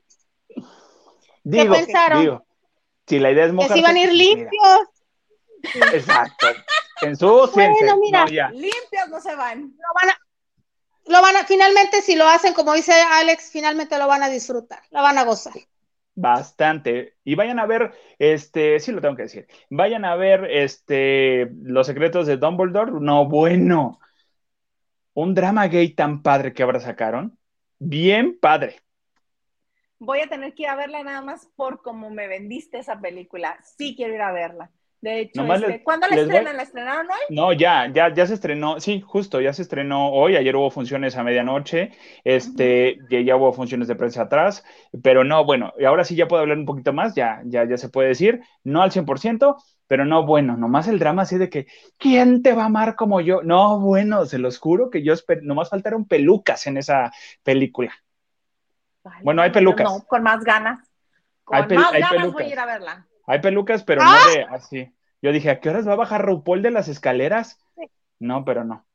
¿qué pensaron? Si la idea es Que mojarse, se iban a ir pues, limpios. mira. Exacto. Ensúciense. Bueno, mira, no, ya. Limpios no se van. Finalmente, si lo hacen, como dice Alex, finalmente lo van a disfrutar, lo van a gozar. Bastante. Y vayan a ver, sí lo tengo que decir. Vayan a ver, Los secretos de Dumbledore. No, bueno. Un drama gay tan padre que ahora sacaron. Bien padre. Voy a tener que ir a verla nada más por cómo me vendiste esa película. Sí quiero ir a verla. De hecho, Nomás ¿cuándo la estrenan? ¿La estrenaron hoy? No, ya se estrenó, sí, justo, ya se estrenó hoy, ayer hubo funciones a medianoche, ya hubo funciones de prensa atrás, pero no, bueno, y ahora sí ya puedo hablar un poquito más, ya se puede decir, no al 100%, pero no, bueno, nomás el drama así de que, ¿quién te va a amar como yo? No, bueno, se los juro que nomás faltaron pelucas en esa película. Ay, Bueno, hay pelucas. No, con más ganas. Con más ganas voy a ir a verla. Hay pelucas, pero no de así. Yo dije, ¿a qué horas va a bajar RuPaul de las escaleras? Sí. No, pero no.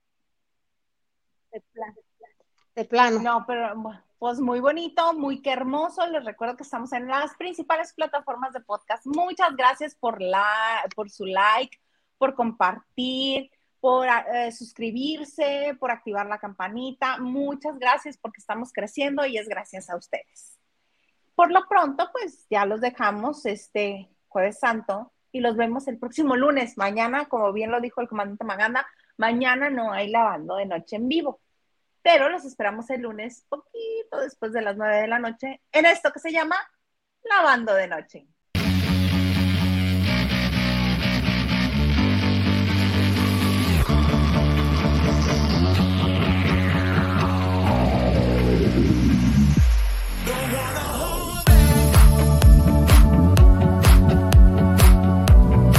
De plano. No, pero pues muy bonito, muy que hermoso. Les recuerdo que estamos en las principales plataformas de podcast. Muchas gracias por su like, por compartir, por suscribirse, por activar la campanita. Muchas gracias porque estamos creciendo y es gracias a ustedes. Por lo pronto, pues ya los dejamos este Jueves Santo y los vemos el próximo lunes. Mañana, como bien lo dijo el comandante Maganda, mañana no hay lavando de noche en vivo, pero los esperamos el lunes, poquito después de las 9 de la noche, en esto que se llama Lavando de Noche.